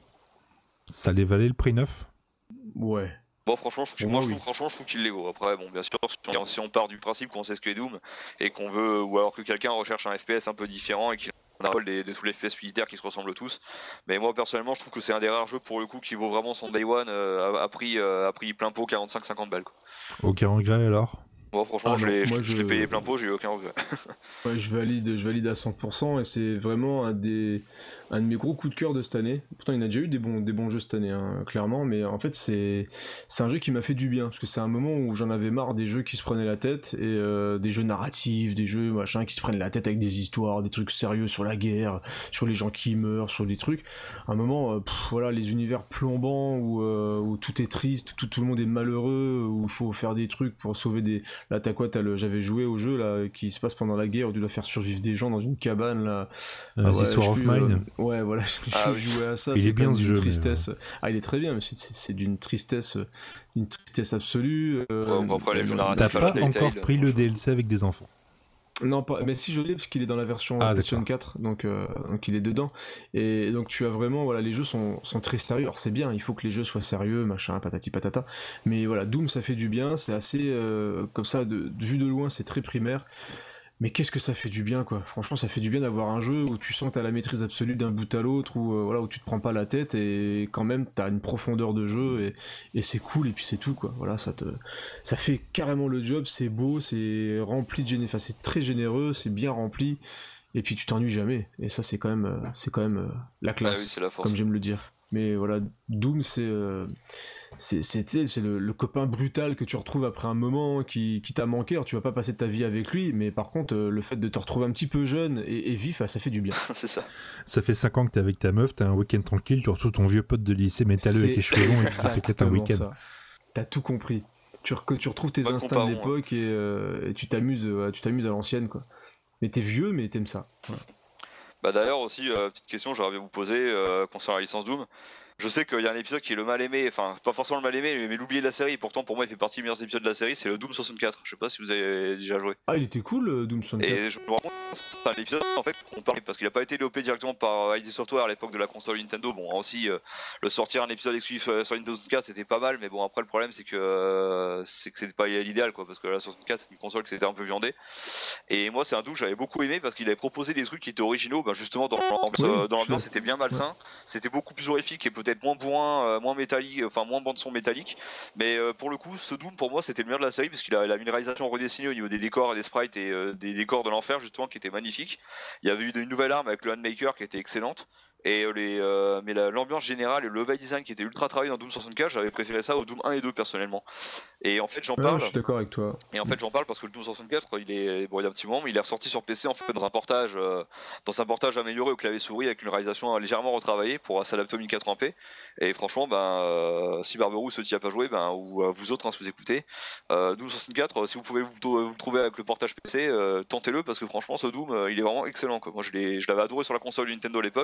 Ça les valait le prix neuf? Ouais. Bon franchement, je, Pour moi moi, je oui. trouve, franchement je trouve qu'il les vaut. Après bon bien sûr si on, si on part du principe qu'on sait ce qu'est Doom et qu'on veut ou alors que quelqu'un recherche un F P S un peu différent et qu'il en a ras des- de tous les F P S militaires qui se ressemblent tous. Mais moi personnellement je trouve que c'est un des rares jeux pour le coup qui vaut vraiment son Day One euh, à, à prix euh, à prix plein pot quarante-cinq cinquante balles quoi. Aucun regret alors? Moi franchement Ah je non, l'ai moi, je, je je- l'ai payé plein pot, j'ai eu aucun regret. Ouais, je valide, je valide à cent pour cent et c'est vraiment un des, un de mes gros coups de cœur de cette année. Pourtant, il y en a déjà eu des bons, des bons jeux cette année, hein, clairement, mais en fait, c'est, c'est un jeu qui m'a fait du bien parce que c'est un moment où j'en avais marre des jeux qui se prenaient la tête et euh, des jeux narratifs, des jeux machin qui se prennent la tête avec des histoires, des trucs sérieux sur la guerre, sur les gens qui meurent, sur des trucs. À un moment, euh, pff, voilà, les univers plombants où, euh, où tout est triste, tout, tout le monde est malheureux, où il faut faire des trucs pour sauver des. Là, t'as quoi? T'as le... J'avais joué au jeu là qui se passe pendant la guerre où tu dois faire survivre des gens dans une cabane là. Euh, Ah The ouais, Sword je of sais plus, Mine. euh, ouais, voilà, j'ai Ah oui. joué à ça. Il c'est est bien, quand même ce d'une jeu, mais, tristesse. Ah, il est très bien, mais c'est, c'est, c'est d'une tristesse, euh, d'une tristesse absolue. euh, Ouais, bon, après, les jeux euh, narratifs, T'as Enfin, pas le Telltale, encore pris le D L C avec des enfants? Non, pas, mais si je l'ai parce qu'il est dans la version Ah, PlayStation d'accord. quatre, donc, euh, donc il est dedans. Et donc tu as vraiment, voilà, les jeux sont, sont très sérieux. Alors c'est bien, il faut que les jeux soient sérieux, machin, patati patata. Mais voilà, Doom ça fait du bien, c'est assez euh, comme ça, de, de vue de loin, c'est très primaire. Mais qu'est-ce que ça fait du bien, quoi. Franchement, ça fait du bien d'avoir un jeu où tu sens que t'as la maîtrise absolue d'un bout à l'autre, où, euh, voilà, où tu te prends pas la tête et quand même t'as une profondeur de jeu et, et c'est cool et puis c'est tout, quoi. Voilà, ça te, ça fait carrément le job, c'est beau, c'est rempli de géné, enfin c'est très généreux, c'est bien rempli et puis tu t'ennuies jamais. Et ça c'est quand même, euh, c'est quand même euh, la Ah classe, oui c'est la force. comme j'aime le dire. Mais voilà, Doom c'est euh, c'est c'est, tu sais, c'est le, le copain brutal que tu retrouves après un moment qui, qui t'a manqué. Alors tu vas pas passer ta vie avec lui, mais par contre euh, le fait de te retrouver un petit peu jeune et, et vif, ah, ça fait du bien. C'est ça. Ça fait cinq ans que t'es avec ta meuf, t'as un week-end tranquille, tu retrouves ton vieux pote de lycée métalleux avec C'est les cheveux longs et tu te claques un exactement week-end. ça. T'as tout compris. Tu, re- que tu retrouves tes Pas de instincts de comparaison, l'époque et, euh, et tu t'amuses, euh, tu t'amuses à l'ancienne, quoi. Mais t'es vieux, mais t'aimes ça. Voilà. Bah d'ailleurs aussi, euh, petite question, j'aurais bien vous poser euh, concernant la licence Doom. Je sais qu'il y a un épisode qui est le mal aimé, enfin pas forcément le mal aimé, mais, mais l'oublié de la série. Pourtant pour moi il fait partie des meilleurs épisodes de la série, c'est le Doom soixante-quatre. Je sais pas si vous avez déjà joué. Ah, il était cool, euh, Doom soixante-quatre. Et je me rends compte, c'est un épisode en fait qu'on parle parce qu'il a pas été développé directement par I D Software à l'époque de la console Nintendo. Bon aussi euh, le sortir un épisode exclusif euh, sur Nintendo soixante-quatre c'était pas mal, mais bon après le problème c'est que euh, c'est que c'était pas l'idéal quoi, parce que la soixante-quatre c'est une console qui s'était un peu viandée. Et moi c'est un Doom que j'avais beaucoup aimé parce qu'il avait proposé des trucs qui étaient originaux, ben, justement dans l'ambiance, Oui, euh, dans je l'ambiance suis- c'était bien malsain, ouais. C'était beaucoup plus horrifique et peut-être moins moins euh, moins métallique, enfin moins bande son métallique. Mais euh, pour le coup ce Doom pour moi c'était le meilleur de la série parce qu'il a, il a une réalisation redessinée au niveau des décors et des sprites et euh, des décors de l'enfer justement qui étaient magnifiques. Il y avait eu une nouvelle arme avec le Handmaker qui était excellente. Et les, euh, mais la, l'ambiance générale et le level design qui était ultra travaillé dans Doom soixante-quatre, j'avais préféré ça au Doom un et deux personnellement. Et en fait j'en Ouais, parle. je suis d'accord avec toi. Et en fait j'en parle parce que le Doom soixante-quatre il est bon il y a un petit moment mais il est ressorti sur P C en fait dans un portage euh, dans un portage amélioré au clavier souris avec une réalisation légèrement retravaillée pour s'adapter au mille quatre-vingts p. Et franchement ben euh, si Barberou se t'y a pas joué ben ou euh, vous autres hein, si vous écoutez euh, Doom soixante-quatre euh, si vous pouvez vous, vous le trouver avec le portage P C euh, tentez-le parce que franchement ce Doom euh, il est vraiment excellent quoi. Moi je l'ai je l'avais adoré sur la console Nintendo à l'époque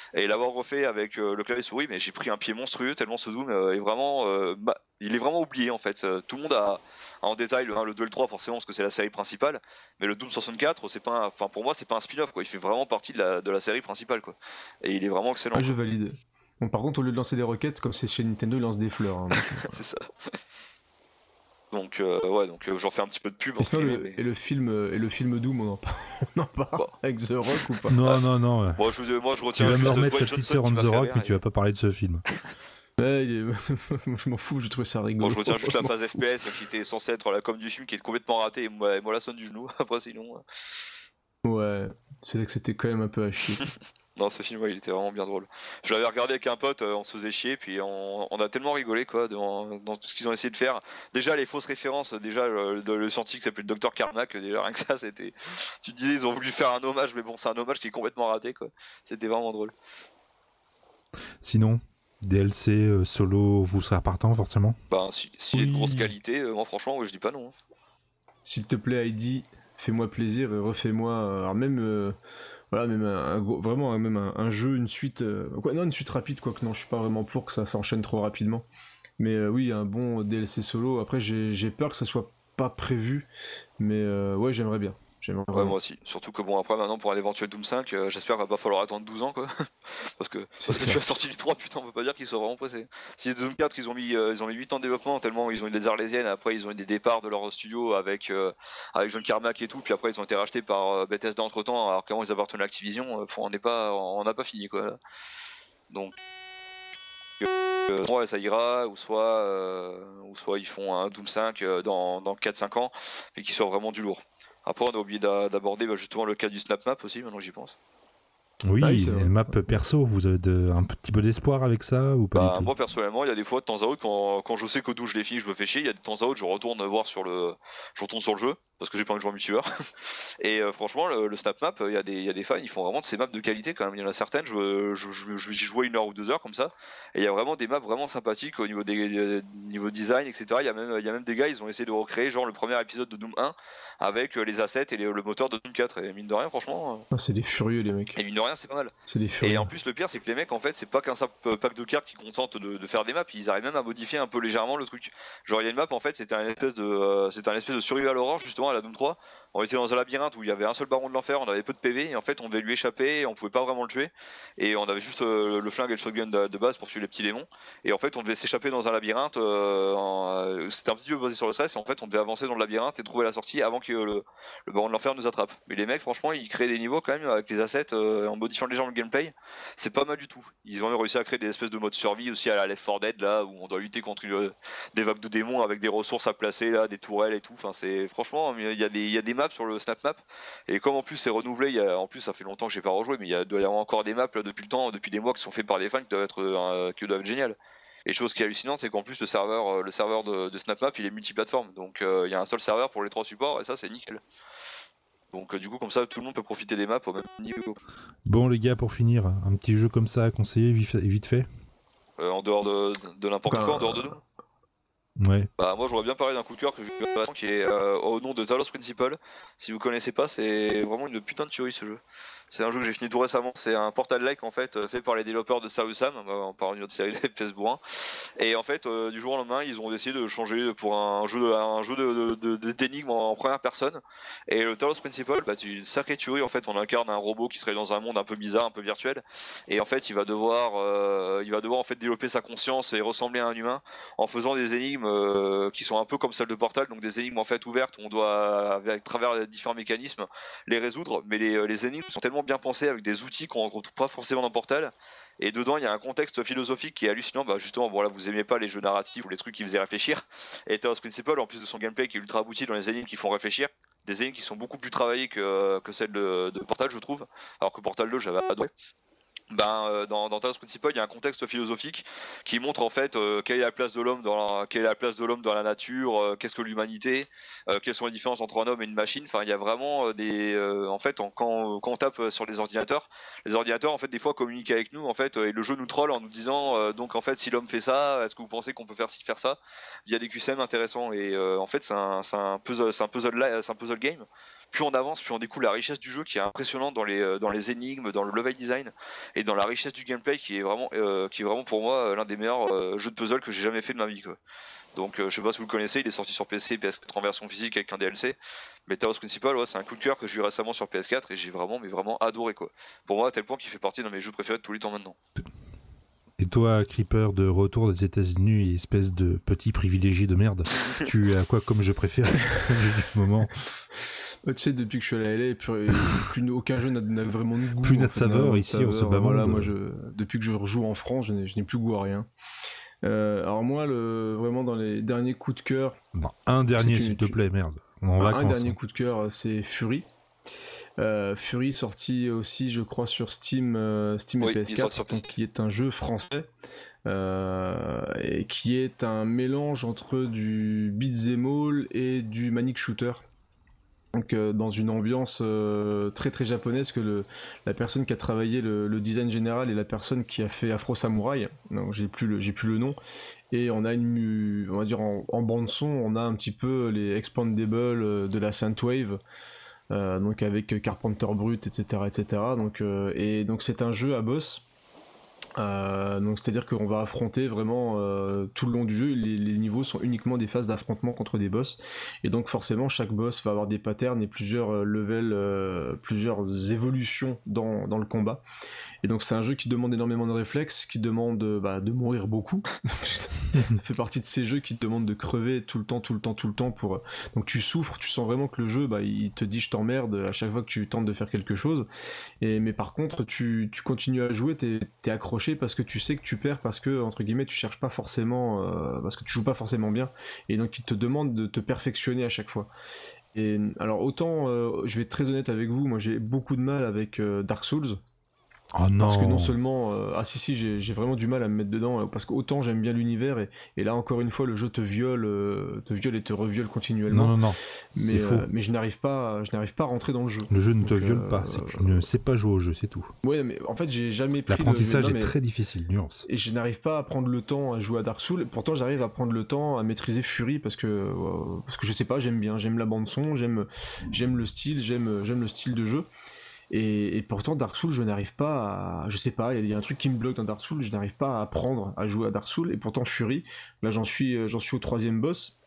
et l'avoir refait avec euh, le clavier souris, mais j'ai pris un pied monstrueux tellement ce Doom euh, est vraiment, euh, bah, il est vraiment oublié en fait. Euh, tout le monde a, a en détail le un, le deux, le trois forcément parce que c'est la série principale, mais le Doom soixante-quatre, c'est pas, enfin pour moi c'est pas un spin-off quoi, il fait vraiment partie de la, de la série principale quoi, et il est vraiment excellent. Ouais, je valide. Bon, par contre, au lieu de lancer des roquettes, comme c'est chez Nintendo, ils lancent des fleurs. Hein, c'est ça. Donc euh, ouais, donc euh, j'en fais un petit peu de pub. Et, sinon, guillemets, le, mais... et le film, et le film Doom, on en parle, on en parle bon. avec The Rock ou pas? Non, non, non. Moi, je, moi, je Tu retiens vas me juste remettre Dwayne cette Johnson on qui m'a The fait Rock, rire, mais et... tu vas pas parler de ce film. Ouais, il est... je m'en fous, j'ai trouvé ça rigolo. Bon, je retiens juste la phase F P S qui était censée être la com du film qui est complètement ratée et moi, moi la sonne du genou. Après, sinon. Ouais, c'est là que c'était quand même un peu à chier. Non, ce film, ouais, il était vraiment bien drôle. Je l'avais regardé avec un pote, euh, on se faisait chier, puis on, on a tellement rigolé quoi dans, dans tout ce qu'ils ont essayé de faire. Déjà les fausses références, déjà le, le, le scientifique s'appelait le docteur Carmack, déjà rien que ça, c'était. Tu te disais ils ont voulu faire un hommage, mais bon, c'est un hommage qui est complètement raté quoi. C'était vraiment drôle. Sinon, D L C euh, solo, vous serez partant forcément? Bah, si, si oui. il y a de grosse qualité, euh, moi franchement, ouais, je dis pas non. S'il te plaît, Heidi, fais-moi plaisir et refais-moi. Euh, alors même. Euh... Voilà, même un, un gros, vraiment un, même un, un jeu, une suite, euh, quoi, non une suite rapide, quoi que non, je suis pas vraiment pour que ça s'enchaîne trop rapidement. Mais euh, oui, un bon D L C solo. Après, j'ai, j'ai peur que ça soit pas prévu, mais euh, ouais, j'aimerais bien. J'aimerais Ouais, vraiment. moi aussi. Surtout que bon, après maintenant pour un éventuel Doom cinq, euh, j'espère qu'il va pas falloir attendre douze ans quoi. parce que parce que tu as sorti du trois, putain, on peut pas dire qu'ils sont vraiment pressés. Si Doom quatre, ils ont mis euh, ils ont mis huit ans de développement tellement ils ont eu des arlésiennes, après ils ont eu des départs de leur studio avec euh, avec John Carmack et tout, puis après ils ont été rachetés par euh, Bethesda entre-temps alors qu'avant ils appartenaient à Activision, euh, on n'est pas on n'a pas fini quoi. Donc euh, soit ça ira ou soit euh, ou soit ils font un Doom cinq euh, dans dans quatre cinq ans et qui soit vraiment du lourd. Après, on a oublié d'aborder bah, justement le cas du Snap Map aussi, maintenant j'y pense. Oui, Ah oui, les maps perso, vous avez de, un petit peu d'espoir avec ça ou pas Bah, du tout? moi personnellement, il y a des fois de temps à autre quand, quand je sais que d'où je les finis, je me fais chier. Il y a de temps à autre, je retourne voir sur le, je retourne sur le jeu parce que j'ai pas envie de jouer en multijoueur. Et euh, franchement, le, le Snap Map, il y a des, il y a des fans, ils font vraiment de ces maps de qualité quand même. Il y en a certaines, je, je, je, je, j'y jouais une heure ou deux heures comme ça. Et il y a vraiment des maps vraiment sympathiques au niveau des, des niveau design, et cetera. Il y a même, il y a même des gars, ils ont essayé de recréer genre le premier épisode de Doom un avec les assets et les, le moteur de Doom quatre. Et mine de rien, franchement. Ah, c'est des furieux les mecs. Et mine de rien, c'est pas mal. C'est des furieux. Et en plus, le pire, c'est que les mecs, en fait, c'est pas qu'un simple pack de cartes qui contente de, de faire des maps, ils arrivent même à modifier un peu légèrement le truc. Genre, il y a une map, en fait, c'était un espèce de, euh, c'était un espèce de survival horror, justement, à la Doom trois. On était dans un labyrinthe où il y avait un seul baron de l'enfer, on avait peu de P V, et en fait, on devait lui échapper, et on pouvait pas vraiment le tuer. Et on avait juste euh, le flingue et le shotgun de, de base pour tuer les petits démons. Et en fait, on devait s'échapper dans un labyrinthe, euh, en, euh, c'était un petit peu basé sur le stress, et en fait, on devait avancer dans le labyrinthe et trouver la sortie avant que le, le baron de l'enfer nous attrape. Mais les mecs, franchement, ils créent des niveaux quand même avec les assets, euh, en modifiant légèrement le gameplay. C'est pas mal du tout. Ils ont réussi à créer des espèces de modes survie aussi à la Left four Dead là où on doit lutter contre une, des vagues de démons avec des ressources à placer là, des tourelles et tout. Enfin c'est franchement il y a des il y a des maps sur le Snap Map et comme en plus c'est renouvelé, il y a, en plus ça fait longtemps que j'ai pas rejoué mais il y a doit y avoir encore des maps là, depuis le temps, depuis des mois qui sont faits par des fans qui doivent être euh, qui doivent être géniales. Et chose qui est hallucinante, c'est qu'en plus le serveur le serveur de, de Snap Map il est multiplateforme donc euh, il y a un seul serveur pour les trois supports et ça c'est nickel. Donc euh, du coup comme ça tout le monde peut profiter des maps au même niveau. Bon les gars, pour finir, un petit jeu comme ça à conseiller vite fait. Euh, en dehors de, de n'importe quoi, en dehors de nous. Ouais. Bah moi j'aurais bien parlé d'un coup de cœur que j'ai vu récemment qui est euh, au nom de Talos Principle. Si vous connaissez pas, c'est vraiment une putain de tuerie ce jeu. C'est un jeu que j'ai fini tout récemment, c'est un portal-like en fait fait par les développeurs de Sausam, on parle d'une autre série de F P S bourrin. Et en fait euh, du jour au lendemain ils ont décidé de changer pour un jeu de, un jeu de, de, de, d'énigmes en, en première personne. Et le Talos Principle, bah, c'est une sacrée tuerie en fait, on incarne un robot qui serait dans un monde un peu bizarre, un peu virtuel. Et en fait il va devoir, euh, il va devoir en fait développer sa conscience et ressembler à un humain en faisant des énigmes euh, qui sont un peu comme celles de Portal, donc des énigmes en fait ouvertes où on doit à travers différents mécanismes les résoudre, mais les, les énigmes sont tellement bien pensées avec des outils qu'on ne retrouve pas forcément dans Portal. Et dedans il y a un contexte philosophique qui est hallucinant. Bah justement voilà, vous aimez pas les jeux narratifs ou les trucs qui faisaient réfléchir, et Talos Principle en plus de son gameplay qui est ultra abouti dans les énigmes qui font réfléchir, des énigmes qui sont beaucoup plus travaillées que, que celles de, de Portal je trouve, alors que Portal deux j'avais adoré. Ben, euh, dans, dans Talos Principle, il y a un contexte philosophique qui montre en fait euh, quelle est la place de l'homme dans la, quelle est la place de l'homme dans la nature, euh, qu'est-ce que l'humanité, euh, quelles sont les différences entre un homme et une machine. Enfin, il y a vraiment euh, des, euh, en fait, en, quand, quand on tape sur les ordinateurs, les ordinateurs en fait des fois communiquent avec nous en fait, et le jeu nous troll en nous disant euh, donc en fait si l'homme fait ça, est-ce que vous pensez qu'on peut faire ci, faire ça? Il y a des Q C M intéressants et euh, en fait c'est un, c'est un puzzle, c'est un puzzle, c'est un puzzle game. plus on avance, plus on découvre la richesse du jeu qui est impressionnante dans les, dans les énigmes, dans le level design et dans la richesse du gameplay qui est vraiment, euh, qui est vraiment pour moi l'un des meilleurs euh, jeux de puzzle que j'ai jamais fait de ma vie, quoi. Donc euh, je sais pas si vous le connaissez, il est sorti sur P C et P S quatre en version physique avec un D L C. Mais Talos Principal, ouais, c'est un coup de cœur que j'ai eu récemment sur P S quatre et j'ai vraiment, mais vraiment adoré, quoi. Pour moi, à tel point qu'il fait partie d'un de mes jeux préférés de tous les temps maintenant. Et toi, Creeper, de retour des États-Unis, espèce de petit privilégié de merde, tu as quoi comme jeu préféré du moment? Tu sais, depuis que je suis à la L A, plus, plus aucun jeu n'a, n'a vraiment de goût. Plus n'a de saveur ici, on se bat. Voilà, moi, je, depuis que je rejoue en France, je n'ai, je n'ai plus goût à rien. Euh, alors moi, le, vraiment dans les derniers coups de cœur... Non, un dernier, tu, s'il te tu, plaît, merde. On un, va un dernier coup de cœur, c'est Fury. Euh, Fury sorti aussi je crois sur Steam, euh, Steam oui, et P S quatre, donc, qui est un jeu français euh, et qui est un mélange entre du beat'em all et du manic shooter. Donc euh, dans une ambiance euh, très très japonaise, que le, la personne qui a travaillé le, le design général est la personne qui a fait Afro Samurai, donc j'ai plus le, j'ai plus le nom, et on a une, on va dire en, en bande son, on a un petit peu les Expandables de la Synthwave. Euh, donc avec Carpenter Brut, et cetera, et cetera. Donc euh, et donc c'est un jeu à boss. Euh, donc c'est-à-dire qu'on va affronter vraiment euh, tout le long du jeu. Les, les niveaux sont uniquement des phases d'affrontement contre des boss. Et donc forcément chaque boss va avoir des patterns et plusieurs euh, levels, euh, plusieurs évolutions dans dans le combat. Et donc c'est un jeu qui demande énormément de réflexes, qui demande bah, de mourir beaucoup. Ça fait partie de ces jeux qui te demandent de crever tout le temps, tout le temps, tout le temps pour. Donc tu souffres, tu sens vraiment que le jeu, bah, il te dit je t'emmerde à chaque fois que tu tentes de faire quelque chose. Et mais par contre, tu, tu continues à jouer, t'es, t'es accroché parce que tu sais que tu perds, parce que entre guillemets tu cherches pas forcément, euh, parce que tu joues pas forcément bien. Et donc il te demande de te perfectionner à chaque fois. Et alors autant, euh, je vais être très honnête avec vous, moi j'ai beaucoup de mal avec euh, Dark Souls. Oh non. Parce que non seulement euh, ah si si j'ai, j'ai vraiment du mal à me mettre dedans euh, parce qu'autant j'aime bien l'univers et, et là encore une fois le jeu te viole euh, te viole et te reviole continuellement. Non non non. Mais c'est faux. Euh, mais je n'arrive pas je n'arrive pas à rentrer dans le jeu. Le jeu ne te Donc, viole euh, pas, c'est que tu ne sais pas jouer au jeu, c'est tout. Ouais mais en fait j'ai jamais pris l'apprentissage le... non, est mais... très difficile, nuance. Et je n'arrive pas à prendre le temps à jouer à Dark Souls. Pourtant j'arrive à prendre le temps à maîtriser Fury parce que euh, parce que je sais pas, j'aime bien, j'aime la bande son, j'aime j'aime le style, j'aime j'aime le style de jeu. Et, et pourtant Dark Souls je n'arrive pas à, je sais pas, il y, y a un truc qui me bloque dans Dark Souls, je n'arrive pas à apprendre à jouer à Dark Souls. Et pourtant Fury, là j'en suis j'en suis au troisième boss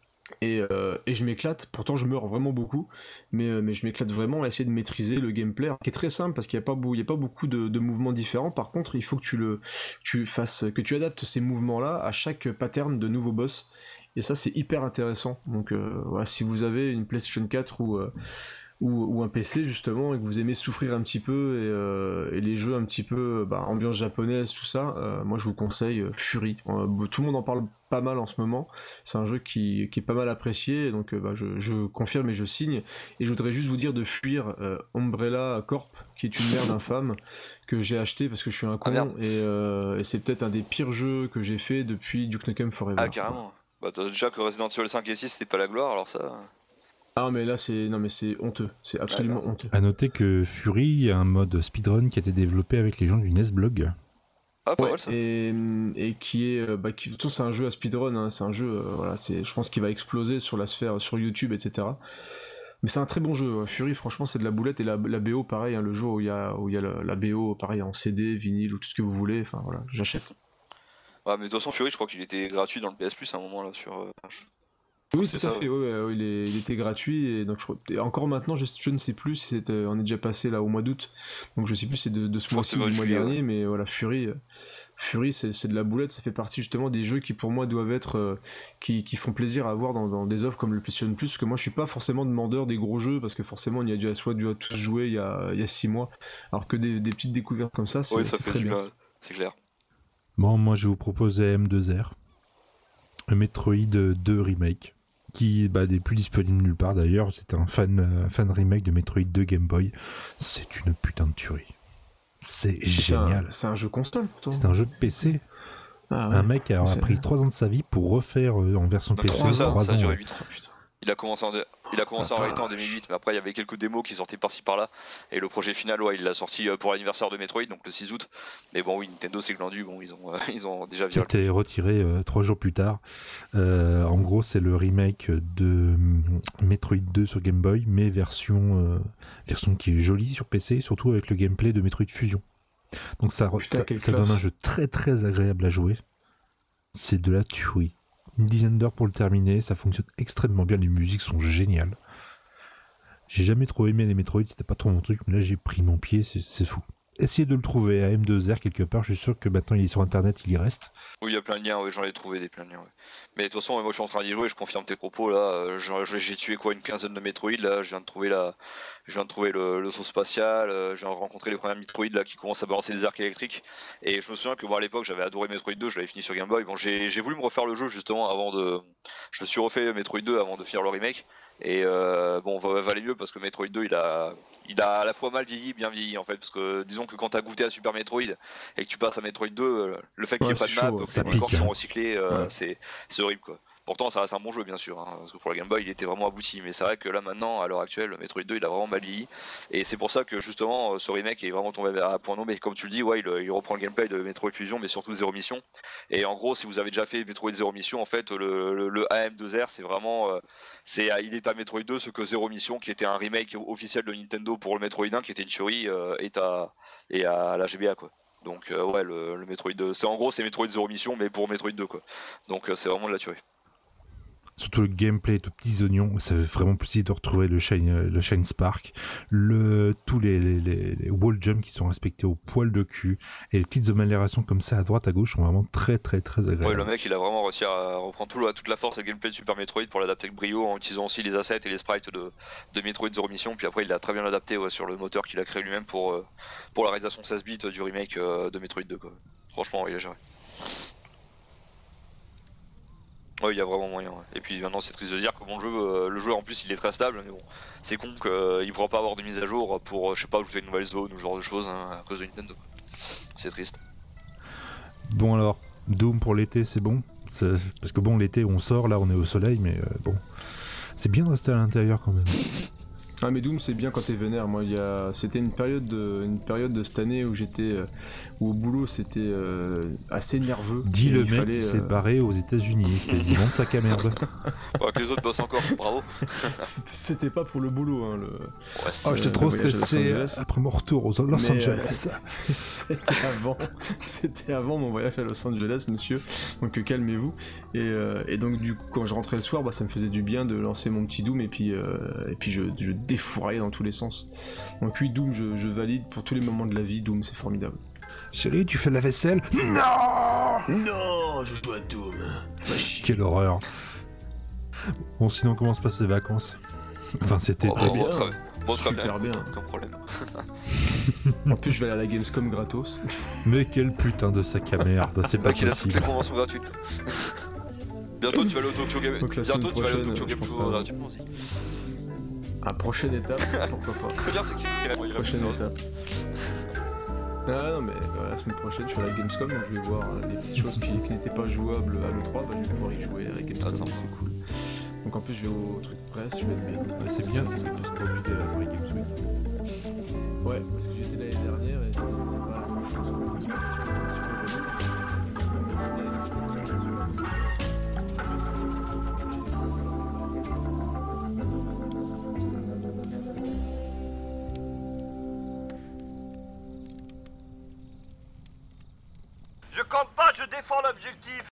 et, euh, et je m'éclate. Pourtant je meurs vraiment beaucoup, mais, mais je m'éclate vraiment à essayer de maîtriser le gameplay qui est très simple parce qu'il n'y a pas, beau, il y a pas beaucoup de, de mouvements différents. Par contre il faut que tu le tu fasses, que tu adaptes ces mouvements là à chaque pattern de nouveau boss, et ça c'est hyper intéressant. Donc euh, voilà, si vous avez une PlayStation quatre ou euh, Ou, ou un P C justement et que vous aimez souffrir un petit peu et, euh, et les jeux un petit peu bah, ambiance japonaise, tout ça, euh, moi je vous conseille euh, Fury. Euh, tout le monde en parle pas mal en ce moment, c'est un jeu qui, qui est pas mal apprécié, donc euh, bah, je, je confirme et je signe. Et je voudrais juste vous dire de fuir euh, Umbrella Corp, qui est une merde infâme que j'ai acheté parce que je suis un con. Ah, et, euh, et c'est peut-être un des pires jeux que j'ai fait depuis Duke Nukem Forever. Ah carrément. Bah déjà que Resident Evil cinq et six c'était pas la gloire, alors ça... Ah mais là c'est non mais c'est honteux, c'est absolument ah, honteux. À noter que Fury a un mode speedrun qui a été développé avec les gens du Nesblog. Ah pas ouais, mal ça. Et, et qui est bah qui, tout c'est un jeu à speedrun, hein, c'est un jeu euh, voilà, c'est je pense qu'il va exploser sur la sphère sur YouTube, et cetera. Mais c'est un très bon jeu, ouais. Fury franchement c'est de la boulette. Et la, la B O pareil, hein, le jour où il y a où il y a la, la B O pareil en C D, vinyle ou tout ce que vous voulez, enfin voilà, j'achète. Ouais mais de toute façon Fury je crois qu'il était gratuit dans le P S Plus à un moment là sur... Euh, je... Oui, tout à fait, ouais. Ouais, ouais, il, est, il était gratuit, et donc je, et encore maintenant, je, je ne sais plus si c'était, on est déjà passé là au mois d'août, donc je sais plus si c'est de, de ce mois-ci ou du mois dernier, ouais. Mais voilà, Fury, Fury c'est, c'est de la boulette, ça fait partie justement des jeux qui pour moi doivent être, euh, qui, qui font plaisir à avoir dans, dans des offres comme le PlayStation Plus, parce que moi je suis pas forcément demandeur des gros jeux, parce que forcément on y a déjà soit dû à tous jouer il y a, il y a six mois, alors que des, des petites découvertes comme ça, c'est, oui, ça c'est fait très bien. bien, c'est clair. Bon, moi je vais vous proposer M deux R, un Metroid deux Remake, qui bah, n'est plus disponible nulle part d'ailleurs. C'est un fan, euh, fan remake de Metroid deux Game Boy. C'est une putain de tuerie. C'est, c'est génial. Un, c'est un jeu console pourtant. C'est un jeu P C. Ah, ouais. Un mec a, a pris trois ans de sa vie pour refaire euh, en version P C. Ça, trois ça ans, a duré ouais. huit ans. Il a commencé en, il a commencé Ah, en réalité en vache. deux mille huit, mais après il y avait quelques démos qui sortaient par-ci par-là. Et le projet final, ouais, il l'a sorti pour l'anniversaire de Metroid, donc le six août. Mais bon, oui, Nintendo c'est glandu, bon, ils ont, euh, ils ont déjà Qui a viré. été retiré euh, trois jours plus tard. Euh, en gros, c'est le remake de hum, Metroid deux sur Game Boy, mais version, euh, version qui est jolie sur P C, surtout avec le gameplay de Metroid Fusion. Donc ça, Putain, ça, quelle ça donne classe. un jeu très très agréable à jouer. C'est de la tuerie. Une dizaine d'heures pour le terminer, ça fonctionne extrêmement bien, les musiques sont géniales. J'ai jamais trop aimé les Metroid, c'était pas trop mon truc, mais là j'ai pris mon pied, c'est, c'est fou. Essayez de le trouver à M deux R quelque part, je suis sûr que maintenant il est sur internet, il y reste. Oui, il y a plein de liens, ouais, j'en ai trouvé des plein de liens. Ouais. Mais de toute façon, moi je suis en train d'y jouer, je confirme tes propos là. euh, j'ai, j'ai tué quoi une quinzaine de Metroid là, je viens de trouver la, je viens de trouver le, le saut spatial, euh, je viens de rencontrer les premiers Metroid là qui commencent à balancer des arcs électriques. Et je me souviens que moi à l'époque j'avais adoré Metroid deux, je l'avais fini sur Game Boy. Bon, j'ai, j'ai voulu me refaire le jeu justement avant de, je me suis refait Metroid deux avant de faire le remake. Et euh, bon, va, valait mieux parce que Metroid deux il a, il a à la fois mal vieilli, bien vieilli en fait, parce que disons que quand t'as goûté à Super Metroid et que tu passes à Metroid deux, le fait qu'il n'y ait Ouais, pas de c'est map, chaud, que ça les décors pique, sont hein. recyclés, euh, Ouais. c'est, c'est horrible quoi. Pourtant ça reste un bon jeu bien sûr, hein, parce que pour la Game Boy il était vraiment abouti, mais c'est vrai que là maintenant, à l'heure actuelle, le Metroid deux il a vraiment mal vieilli, et c'est pour ça que justement ce remake est vraiment tombé à point nommé, comme tu le dis, ouais, il, il reprend le gameplay de Metroid Fusion, mais surtout Zero Mission, et en gros si vous avez déjà fait Metroid Zero Mission, en fait le, le, le A M deux R c'est vraiment, euh, c'est, il est à Metroid deux ce que Zero Mission, qui était un remake officiel de Nintendo pour le Metroid un, qui était une tuerie, euh, est à, et à la G B A quoi. Donc euh, ouais, le, le Metroid deux, c'est en gros c'est Metroid Zero Mission mais pour Metroid deux quoi. Donc euh, c'est vraiment de la tuerie. Surtout le gameplay de petits oignons, ça fait vraiment plaisir de retrouver le Shine, le Shine Spark, le, tous les, les, les, les wall jumps qui sont respectés au poil de cul, et les petites améliorations comme ça à droite à gauche sont vraiment très très très agréables. Ouais, le mec il a vraiment réussi à reprendre tout, toute la force et le gameplay de Super Metroid pour l'adapter avec brio en utilisant aussi les assets et les sprites de, de Metroid Zero Mission, puis après il l'a très bien adapté ouais, sur le moteur qu'il a créé lui-même pour, euh, pour la réalisation seize bits du remake euh, de Metroid deux quoi. Franchement il a géré. Ouais, il y a vraiment moyen. Ouais. Et puis maintenant, c'est triste de dire que bon, le jeu, euh, le jeu en plus, il est très stable, mais bon, c'est con qu'il euh, ne pourra pas avoir de mise à jour pour, euh, je sais pas, ajouter une nouvelle zone ou ce genre de choses hein, à cause de Nintendo. C'est triste. Bon alors, Doom pour l'été, c'est bon. C'est... Parce que bon, l'été, on sort, là, on est au soleil, mais euh, bon, c'est bien de rester à l'intérieur quand même. Ah mais Doom c'est bien quand t'es vénère. Moi il y a, c'était une période de, une période de cette année où j'étais, euh, où au boulot c'était euh, assez nerveux. Dis Et le il mec fallait, qui euh, s'est barré aux États-Unis, espèce d'immonde sac à merde. Ouais, que les autres bossent encore, bravo. c'était, c'était pas pour le boulot. Hein, le... Ouais, Oh, j'étais Euh, trop le voyage à Los stressé Angeles. après mon retour aux Los Mais, Angeles. euh, c'était avant, c'était avant mon voyage à Los Angeles, monsieur. Donc euh, calmez-vous. Et, euh, et donc du coup, quand je rentrais le soir, bah, ça me faisait du bien de lancer mon petit Doom et puis euh, et puis je, je défouraillais dans tous les sens. Donc oui, Doom, je, je valide pour tous les moments de la vie. Doom, c'est formidable. Chérie, tu fais la vaisselle? Non! Non, je joue à Doom. Quelle horreur. Bon, sinon, comment se passent les vacances? Enfin, c'était... Oh, Très bon, bien. très, bon, très Super bien. Comme problème. En plus, je vais aller à la Gamescom gratos. Mais quel putain de sac à merde, c'est Le pas mec, il a toutes possible. les conventions gratuites. Bientôt, tu vas aller au Tokyo Game, Donc, la semaine bientôt tu vas aller au prochaine, Tokyo je Game pense Show pas. gratuitement aussi. À prochaine étape, pourquoi pas. Le pire, c'est qu'il y a il a Prochaine fait ça. étape. Ah non mais euh, la semaine prochaine je suis à la Gamescom donc je vais voir euh, les petites choses qui, qui n'étaient pas jouables à l'E trois, bah, je vais pouvoir y jouer à la Gamescom, Ah, donc c'est cool. Donc en plus je vais au truc de presse, je vais être bien. Ouais, c'est bien, c'est que tu seras obligé d'aller à Paris Games Week. Ouais, parce que j'y étais l'année dernière et c'est, c'est pas la même chose. quoi. C'est un petit peu- un petit peu- Je campe pas, je défends l'objectif.